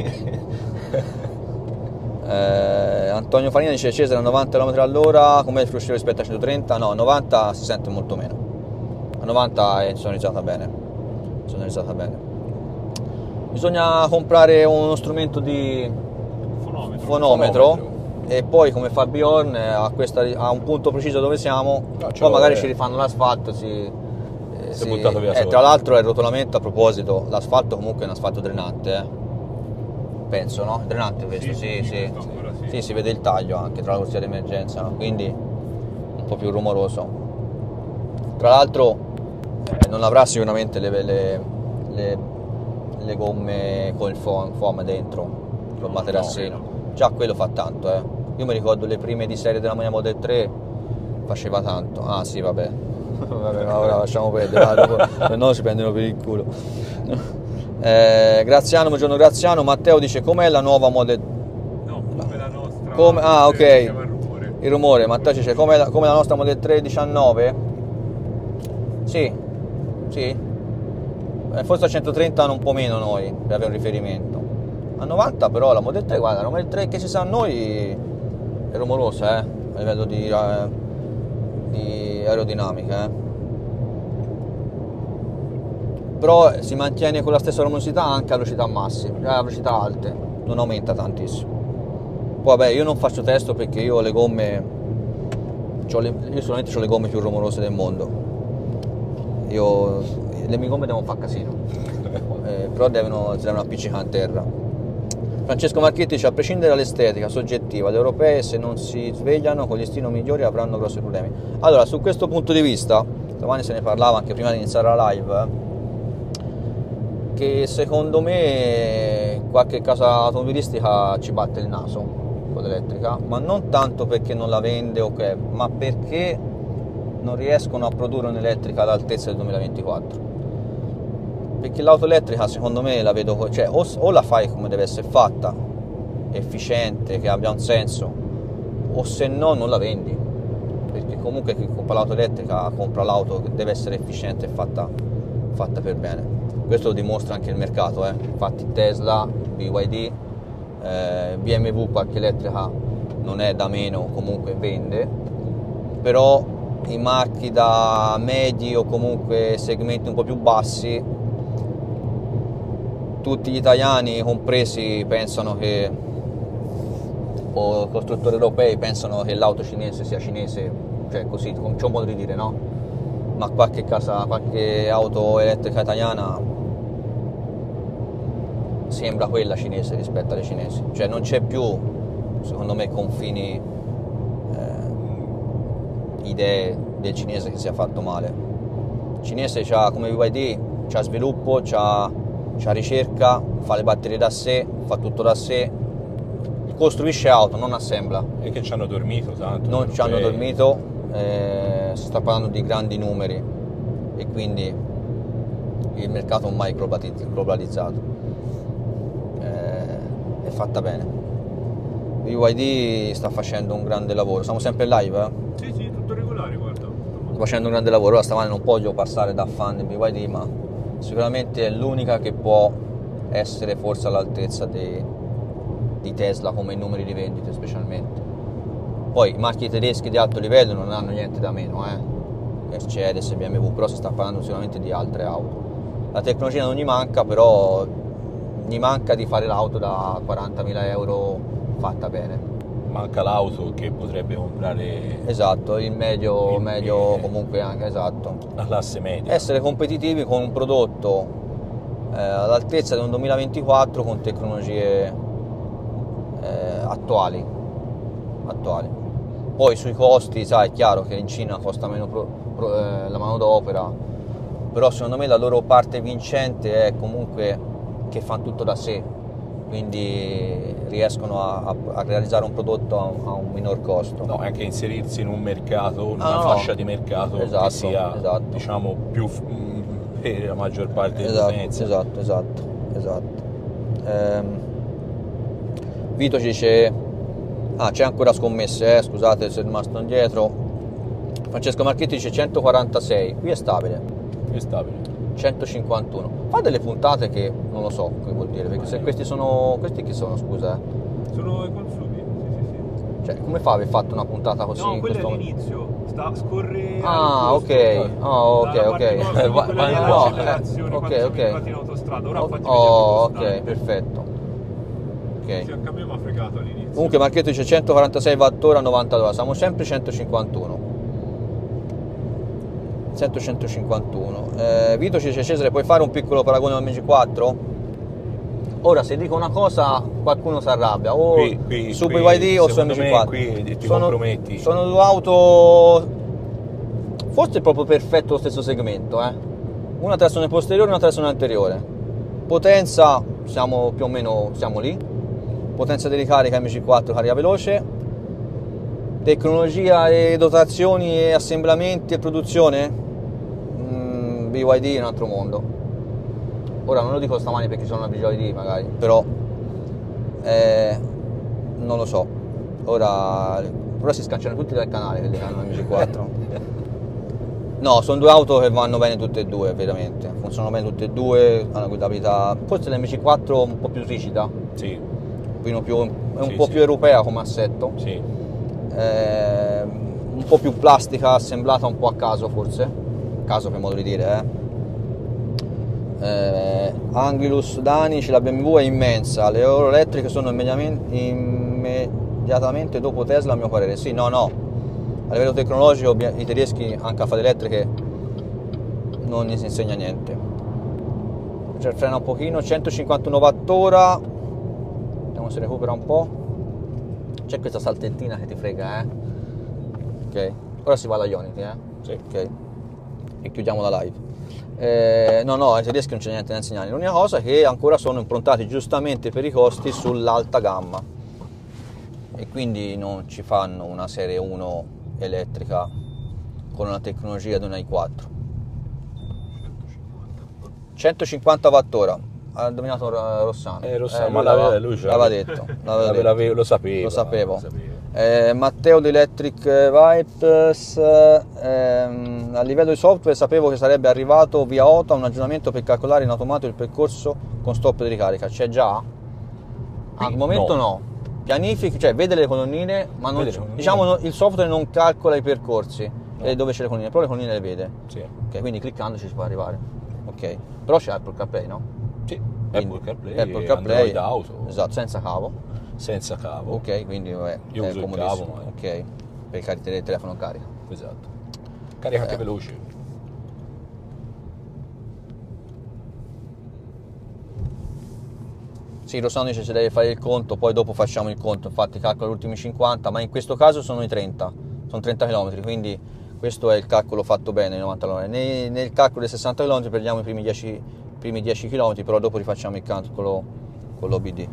eh, Antonio Farina dice Cesare a novanta chilometri all'ora, com'è il fruscio rispetto a centotrenta? No, novanta si sente molto meno. A novanta è sonorizzata bene. Sonorizzata bene. Bisogna comprare uno strumento di fonometro, fonometro, fonometro. E poi come fa Bjorn a, questa, a un punto preciso dove siamo, no, poi magari è... ci rifanno l'asfalto, si, si, si è buttato via eh, tra l'altro il rotolamento, a proposito, l'asfalto comunque è un asfalto drenante, eh? Penso, no? Drenante questo, sì, sì, sì. Sì. Sì, si vede il taglio anche tra la corsia d'emergenza, no? Quindi un po' più rumoroso. Tra l'altro eh, non avrà sicuramente le, le, le, le gomme con il foam, foam dentro, col materassino. No, già quello fa tanto, eh. Io mi ricordo le prime di serie della mia Model tre faceva tanto. Ah sì, vabbè. Vabbè, ora lasciamo perdere, va, dopo, no si prendono per il culo. Eh, Graziano, buongiorno Graziano. Matteo dice com'è la nuova Model? No, come la nostra. Come... Ah, ok. Il rumore. Il rumore. Matteo dice com'è la, come la nostra Model tre diciannove? Sì, sì. Eh, forse a centotrenta un po' meno noi per avere un riferimento. A novanta però la Model tre, guarda, la Model tre che si sa a noi è rumorosa, eh, a livello di, eh, di aerodinamica, eh. Però si mantiene con la stessa rumorosità anche a velocità massime, a velocità alte, non aumenta tantissimo. Poi vabbè, io non faccio testo perché io ho le gomme, c'ho le, io solamente ho le gomme più rumorose del mondo. Io, le mie gomme devono fare casino, eh, però devono, si devono appiccicare in terra. Francesco Marchetti dice a prescindere dall'estetica soggettiva, le europee se non si svegliano con gli stili migliori avranno grossi problemi. Allora, su questo punto di vista, domani se ne parlava anche prima di iniziare la live, eh, che secondo me in qualche casa automobilistica ci batte il naso con l'elettrica, ma non tanto perché non la vende o che, ma perché non riescono a produrre un'elettrica all'altezza del duemilaventiquattro. Perché l'auto elettrica secondo me la vedo, cioè o, o la fai come deve essere fatta, efficiente, che abbia un senso, o se no non la vendi, perché comunque chi compra l'auto elettrica compra l'auto che deve essere efficiente e fatta, fatta per bene. Questo lo dimostra anche il mercato, eh. Infatti Tesla, B Y D, eh, B M W qualche elettrica non è da meno, comunque vende, però i marchi da medi o comunque segmenti un po' più bassi, tutti gli italiani compresi pensano che, o costruttori europei pensano che l'auto cinese sia cinese, cioè così, c'è un modo di dire, no? Ma qualche casa, qualche auto elettrica italiana sembra quella cinese rispetto alle cinesi, cioè non c'è più, secondo me, confini, eh, idee del cinese che sia fatto male. Il cinese c'ha, come B Y D, c'ha sviluppo, c'ha, c'ha ricerca, fa le batterie da sé, fa tutto da sé, costruisce auto, non assembla. E che ci hanno dormito tanto. Non ci hanno dormito, eh, si sta parlando di grandi numeri e quindi il mercato ormai è globalizzato. È fatta bene. B Y D sta facendo un grande lavoro. Siamo sempre in live, eh? Sì, sì, tutto regolare, guarda. Sta facendo un grande lavoro. Ora stamane non voglio passare da fan di B Y D, ma sicuramente è l'unica che può essere forse all'altezza di, di Tesla come numeri di vendite specialmente. Poi i marchi tedeschi di alto livello non hanno niente da meno, eh? Mercedes e B M W, però si sta parlando sicuramente di altre auto. La tecnologia non gli manca, però gli manca di fare l'auto da quarantamila euro fatta bene. Manca l'auto che potrebbe comprare. Esatto, il medio, il medio me... comunque anche, esatto. La classe media. Essere competitivi con un prodotto eh, all'altezza di un duemilaventiquattro con tecnologie eh, attuali. attuali. Poi sui costi, sai, è chiaro che in Cina costa meno pro, pro, eh, la manodopera, però secondo me la loro parte vincente è comunque che fanno tutto da sé, quindi riescono a, a, a realizzare un prodotto a, a un minor costo. No, anche inserirsi in un mercato, in ah, una no, fascia di mercato esatto, che sia, esatto. diciamo, più mh, per la maggior parte esatto, dell'utenza. Esatto, esatto, esatto. Ehm, Vito ci dice, ah, c'è ancora scommesse, eh, scusate se è rimasto indietro. Francesco Marchetti dice centoquarantasei, qui è stabile. Qui è stabile. centocinquantuno. Fa delle puntate che non lo so che vuol dire, perché se questi sono, questi chi sono, scusa? Eh? Sono i consumi, sì, sì, sì. Cioè, come fa a aver fatto una puntata così? No, in quello questo è l'inizio, sta, scorre... Ah, ok, oh, ok, ok. Va, va, no, l'accelerazione, ok, quando siamo ok. entrati in autostrada, ora Oh, fatti oh, vedere ok, perfetto. Ok. Sì, anche a me mi ha fregato all'inizio. Comunque Marchetto dice centoquarantasei watt ora, novanta dollari, siamo sempre centocinquantuno. centocinquantuno. Eh, Vito ci dice Cesare, puoi fare un piccolo paragone al M G quattro? Ora se dico una cosa qualcuno si arrabbia, o qui, qui, su qui, B Y D o su M secondo G me quattro. qui ti sono, comprometti. Sono due auto forse è proprio perfetto lo stesso segmento, eh. Una trazione posteriore e una trazione anteriore. Potenza, siamo più o meno siamo lì. Potenza di ricarica M C quattro, carica veloce. Tecnologia e dotazioni e assemblamenti e produzione, mm, B Y D è un altro mondo. Ora non lo dico stamani perché sono una B Y D magari, però eh, non lo so. Ora, ora si scanciano tutti dal canale quelli che hanno M C quattro. No, sono due auto che vanno bene tutte e due, veramente. Funzionano bene tutte e due, hanno guidabilità. Forse l'M C quattro un po' più rigida. Sì. Un po' più, è un Sì, po' sì. più europea come assetto. Sì. Eh, un po' più plastica, assemblata un po' a caso forse. A caso per modo di dire, eh. Eh, Angelus Danici, la B M W è immensa, le oro elettriche sono immediatamente, immediatamente dopo Tesla a mio parere. Sì, no, no. A livello tecnologico i tedeschi anche a fare elettriche non gli si insegna niente. Cioè frena un pochino, centocinquantuno watt-ora, vediamo se recupera un po'. C'è questa saltettina che ti frega, eh. Ok, ora si va alla Ionity, eh. Sì. Ok, e chiudiamo la live. Eh, no, no, ai tedeschi non c'è niente da insegnare. L'unica cosa è che ancora sono improntati giustamente per i costi sull'alta gamma e quindi non ci fanno una serie uno elettrica con una tecnologia di una i quattro. centocinquanta watt-ora, ha indovinato Rossano. Eh, Rossano, Eh, ma l'aveva, l'aveva- lui ce l'aveva l'aveva. detto, l'aveva L'avevo- detto. l'avevo- lo sapevo. Lo sapevo. Lo sapevo. Eh, Matteo di Electric Vipes, ehm, a livello di software sapevo che sarebbe arrivato via O T A un aggiornamento per calcolare in automatico il percorso con stop di ricarica. C'è già? Al momento no. no. Pianifica, cioè vede le colonnine, ma non, Vede le colonnine. diciamo no, il software non calcola i percorsi No. e dove c'è le colonnine, però le colonnine le vede. Sì. Ok, quindi cliccandoci si può arrivare. Ok. Però c'è Apple CarPlay, no? Sì. Quindi, Apple CarPlay, Apple CarPlay, Android Auto, esatto, senza cavo. senza cavo. Ok, quindi vabbè, Io è uso il comodissimo. cavo, ma- Ok, per caricare il telefono carica. Esatto. Carica anche Eh. veloce. Sì, Rossano dice se devi fare il conto, poi dopo facciamo il conto, infatti calcola gli ultimi cinquanta, ma in questo caso sono i trenta, sono trenta chilometri, quindi questo è il calcolo fatto bene, i novanta chilometri. Nel, nel calcolo dei sessanta chilometri prendiamo i primi dieci, primi dieci chilometri, però dopo rifacciamo il calcolo con l'O B D.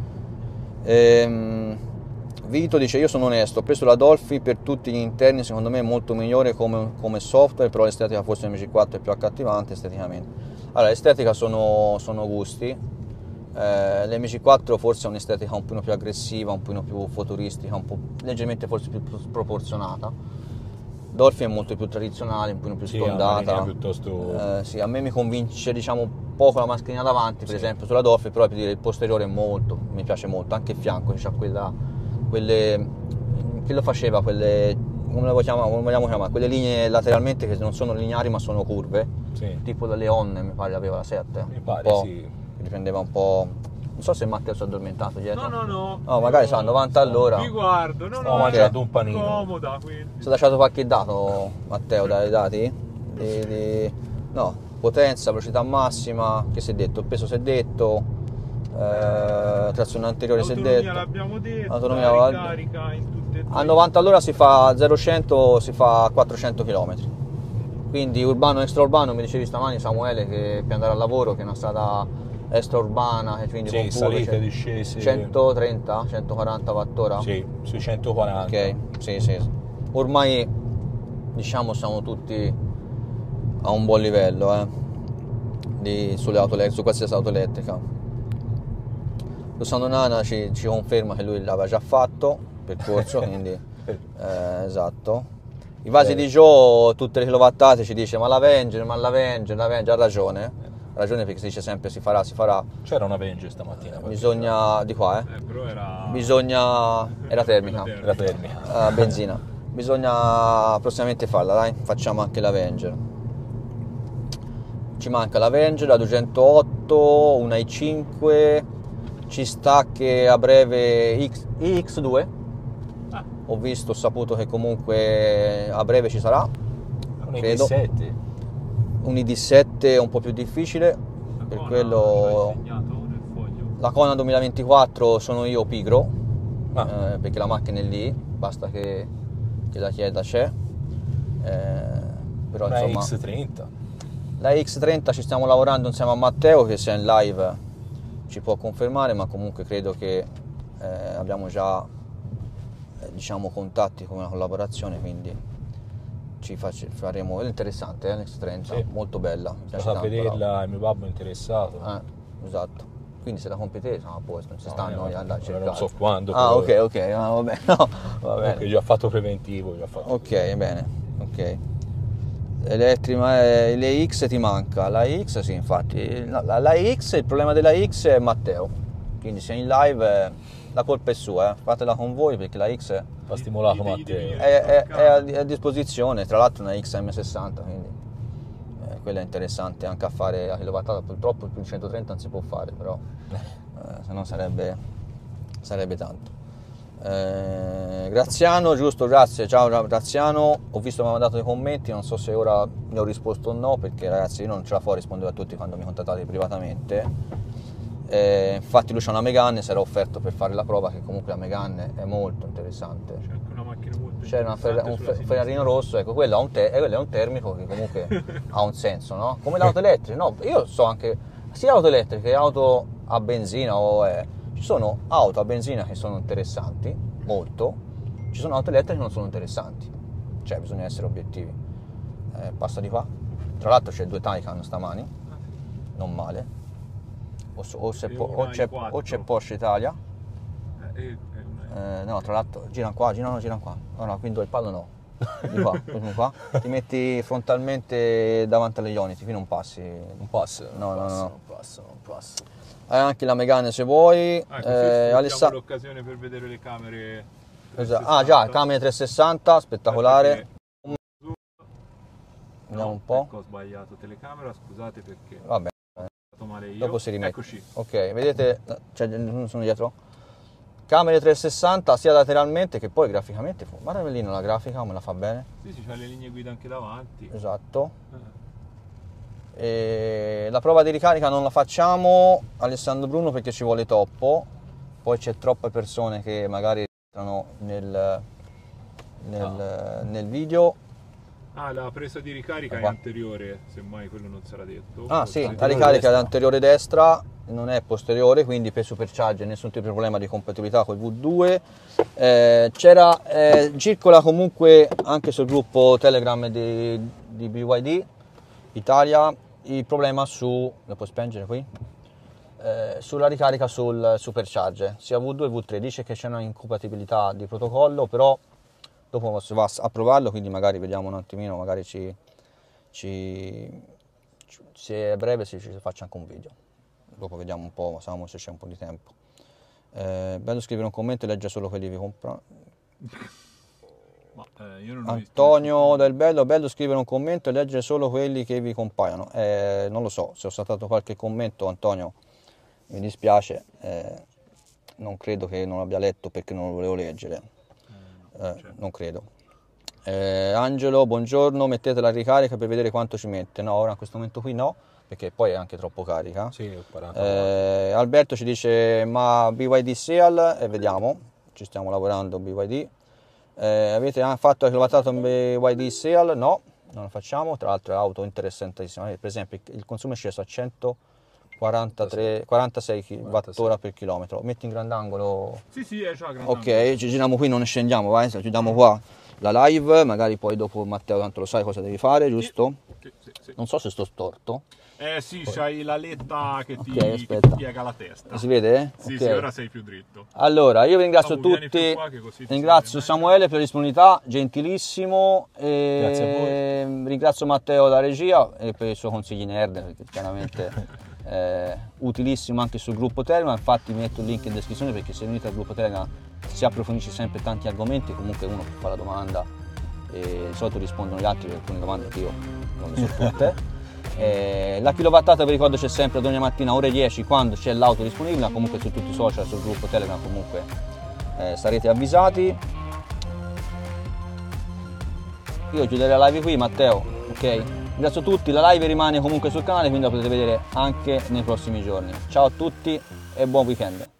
Ehm, Vito dice io sono onesto, ho preso la Dolphy per tutti gli interni, secondo me è molto migliore come, come software, però l'estetica forse M C quattro è più accattivante esteticamente. Allora, l'estetica sono, sono gusti. Eh, l'M C quattro forse ha un'estetica un po' più aggressiva, un po' più futuristica, un po' leggermente forse più sproporzionata. Dolphy è molto più tradizionale, un po' più Sì, stondata. una piuttosto... Eh, sì, a me mi convince diciamo poco la mascherina davanti, per Sì. esempio sulla Dolphy, però per dire il posteriore è molto, mi piace molto, anche il fianco, c'ha quella, quelle, che lo faceva, quelle, come lo chiamare, come vogliamo chiamare, quelle linee lateralmente che non sono lineari ma sono curve, Sì. tipo la Leon mi pare aveva la sette, Mi un pare, po', sì. riprendeva un po', non so se Matteo si è addormentato dietro. No, no, no. No, magari sa novanta all'ora. Mi guardo, no, Ho no, mangiato è un panino. comoda, quindi. Si è lasciato qualche dato, Matteo, dai dati? Di, di... No, potenza, velocità massima, che si è detto? Il peso si è detto, eh, trazione anteriore si è L'autonomia detto. l'abbiamo detto, L'autonomia la va- ricarica in tutte e due. A novanta all'ora si fa zero cento, si fa quattrocento chilometri. Quindi urbano extraurbano, mi dicevi stamani Samuele che per andare al lavoro, che è una strada extraurbana, che quindi Sì, con curve, salite, cioè, discese. centotrenta, centoquaranta watt-ora. Sì, sui centoquaranta. Ok, sì, sì. Ormai diciamo siamo tutti a un buon livello, eh, di, sulle auto elettriche, su qualsiasi auto elettrica. Rossano Nana ci, ci conferma che lui l'aveva già fatto, percorso, quindi eh, esatto. I vasi Eh. di Joe, tutte le kilowattate ci dice ma l'Avenger, ma l'Avenger, l'Avenger, ha ragione, ha ragione perché si dice sempre si farà, si farà, C'era una Avenger stamattina. bisogna, di qua eh, Eh, però era... bisogna, era termica. Era termica. a benzina, bisogna prossimamente farla, dai, facciamo anche l'Avenger. Ci manca l'Avenger, la duecentootto, una i cinque, ci sta che a breve X, i X due, Ah, ho visto, ho saputo che comunque a breve ci sarà, Un credo. I D sette. Un I D sette è un po' più difficile, la per Kona quello c'ha insegnato nel foglio. la Kona duemilaventiquattro sono io pigro, Ah. eh, perché la macchina è lì, basta che, che la chieda c'è. Eh, però Una insomma X trenta. la X trenta ci stiamo lavorando insieme a Matteo, che se è in live ci può confermare, ma comunque credo che eh, abbiamo già eh, diciamo contatti con una collaborazione, quindi ci face- faremo. È interessante, eh, l'X trenta, Sì. molto bella, mi piace Sono a tanto, vederla, il mio babbo è interessato. bravo. Eh, esatto. Quindi se la compri te sono a posto, non si No, stanno io a andare a cercare. non so quando. Ah, però- ok, ok, ah, va bene, no, va bene. Perché già fatto preventivo, già fatto. Ok, bene, ok. Elettri, ma eh, le X ti manca, la X sì, infatti, no, la, la X, il problema della X è Matteo, quindi se è in live eh, la colpa è sua, eh. Fatela con voi perché la X Ha stimolato Gli- gli devi- Matteo. è, è- è a, è a disposizione, tra l'altro una X M sessanta, quindi eh, quella è interessante anche a fare a kilowattata, purtroppo più di centotrenta non si può fare, però eh, se no sarebbe, sarebbe tanto. Eh, Graziano, giusto, grazie, ciao Gra- Graziano, ho visto che mi ha mandato dei commenti, non so se ora ne ho risposto o no, perché ragazzi io non ce la fo a rispondere a tutti quando mi contattate privatamente. Eh, infatti lui c'ha una Megane, si era offerto per fare la prova, che comunque la Megane è molto interessante. C'è anche una macchina molto C'è una Ferra- un interessante Fe- sulla Ferrarino rosso, ecco, quello, ha un te- eh, quello è un termico che comunque ha un senso, no? Come l'auto elettrica, no? Io so anche, sia auto elettriche che auto a benzina, o eh, ci sono auto a benzina che sono interessanti, molto, ci sono auto elettriche che non sono interessanti, cioè bisogna essere obiettivi. Eh, passa di qua, tra l'altro c'è due Taycan stamani, non male, o, so- o se E po- una o c'è, i quattro. o c'è Porsche Italia. Eh, eh, eh, Eh, no, tra l'altro girano qua, girano, girano qua. No, no, quindi il palo no. Di qua, di qua. Ti metti frontalmente davanti alle Ionity, qui non passi. Non passa, No, non no, passa, no. non passa, non passa. Hai anche la Megane se vuoi. Ah, così Eh, sfruttiamo Alessa- l'occasione per vedere le camere Esatto. Ah già, camere trecentosessanta, spettacolare. Vediamo un po'. Ecco, ho sbagliato telecamera, scusate perché ho Vabbè, fatto male io. dopo si rimette. Eccoci. Ok, vedete, cioè, non sono dietro. Camere trecentosessanta sia lateralmente che poi graficamente. Guarda lì la grafica, me la fa bene. Sì, sì, c'ha le linee guida anche davanti. Esatto. Eh. E la prova di ricarica non la facciamo, Alessandro Bruno, perché ci vuole troppo, poi c'è troppe persone che magari entrano nel, nel, nel video. Ah, la presa di ricarica è Qua. anteriore, semmai quello non sarà detto. Ah O sì, sarà- la ricarica è anteriore destra, non è posteriore, quindi per supercharger nessun tipo di problema di compatibilità con il V due. Eh, c'era, eh, circola comunque anche sul gruppo Telegram di, di B Y D Italia il problema su, lo puoi spengere qui? Eh, sulla ricarica sul supercharger, sia V due che V tre. Dice che c'è una incompatibilità di protocollo, però dopo si va a provarlo, quindi magari vediamo un attimino, magari ci, ci, ci- se è breve si, ci faccia anche un video. Dopo vediamo un po', sappiamo se c'è un po' di tempo. Eh, bello scrivere un commento e leggere solo quelli che comprano. Ma, eh, io non ho visto Antonio nessun- Del Bello, bello scrivere un commento e leggere solo quelli che vi compaiono. Eh, non lo so, se ho saltato qualche commento, Antonio, mi dispiace, eh, non credo che non abbia letto perché non lo volevo leggere. Eh, certo. Non credo. Eh, Angelo, buongiorno, mettete la ricarica per vedere quanto ci mette. No, ora in questo momento qui no, perché poi è anche troppo carica. Sì, ho quaranta. Eh, Alberto ci dice ma B Y D Seal, e vediamo, ci stiamo lavorando B Y D. Eh, avete fatto la kilowattato in B Y D Seal? No, non lo facciamo, tra l'altro è auto interessantissima. Per esempio il consumo è sceso a centoquarantatré, quarantasei kilowattora per chilometro. Metti in grandangolo. Sì, sì, è già grande. Ok, ci giriamo qui, non ne scendiamo, vai, chiudiamo qua la live, magari poi dopo Matteo tanto lo sai cosa devi fare, giusto? Sì, sì, sì. Non so se sto storto. Eh sì, c'hai la letta che ti, Ok, che aspetta. ti piega la testa. Si vede? Sì, Ok. sì, ora sei più dritto. Allora, io vi ringrazio Samu, vieni tutti, più qua che così ti ringrazio si vede Samuele per la disponibilità, gentilissimo, e Grazie a voi. ringrazio Matteo da regia e per i suoi consigli nerd, perché chiaramente è utilissimo anche sul gruppo Telegram. Infatti mi metto il link in descrizione, perché se venite al gruppo Telegram si approfondisce sempre tanti argomenti, comunque uno fa la domanda e di solito rispondono gli altri per alcune domande che io non le so tutte. Eh, la kilowattata vi ricordo c'è sempre domani mattina ore dieci quando c'è l'auto disponibile, comunque su tutti i social, sul gruppo Telegram comunque eh, sarete avvisati. Io chiuderei la live qui, Matteo, ok? Ringrazio tutti, la live rimane comunque sul canale, quindi la potete vedere anche nei prossimi giorni. Ciao a tutti e buon weekend.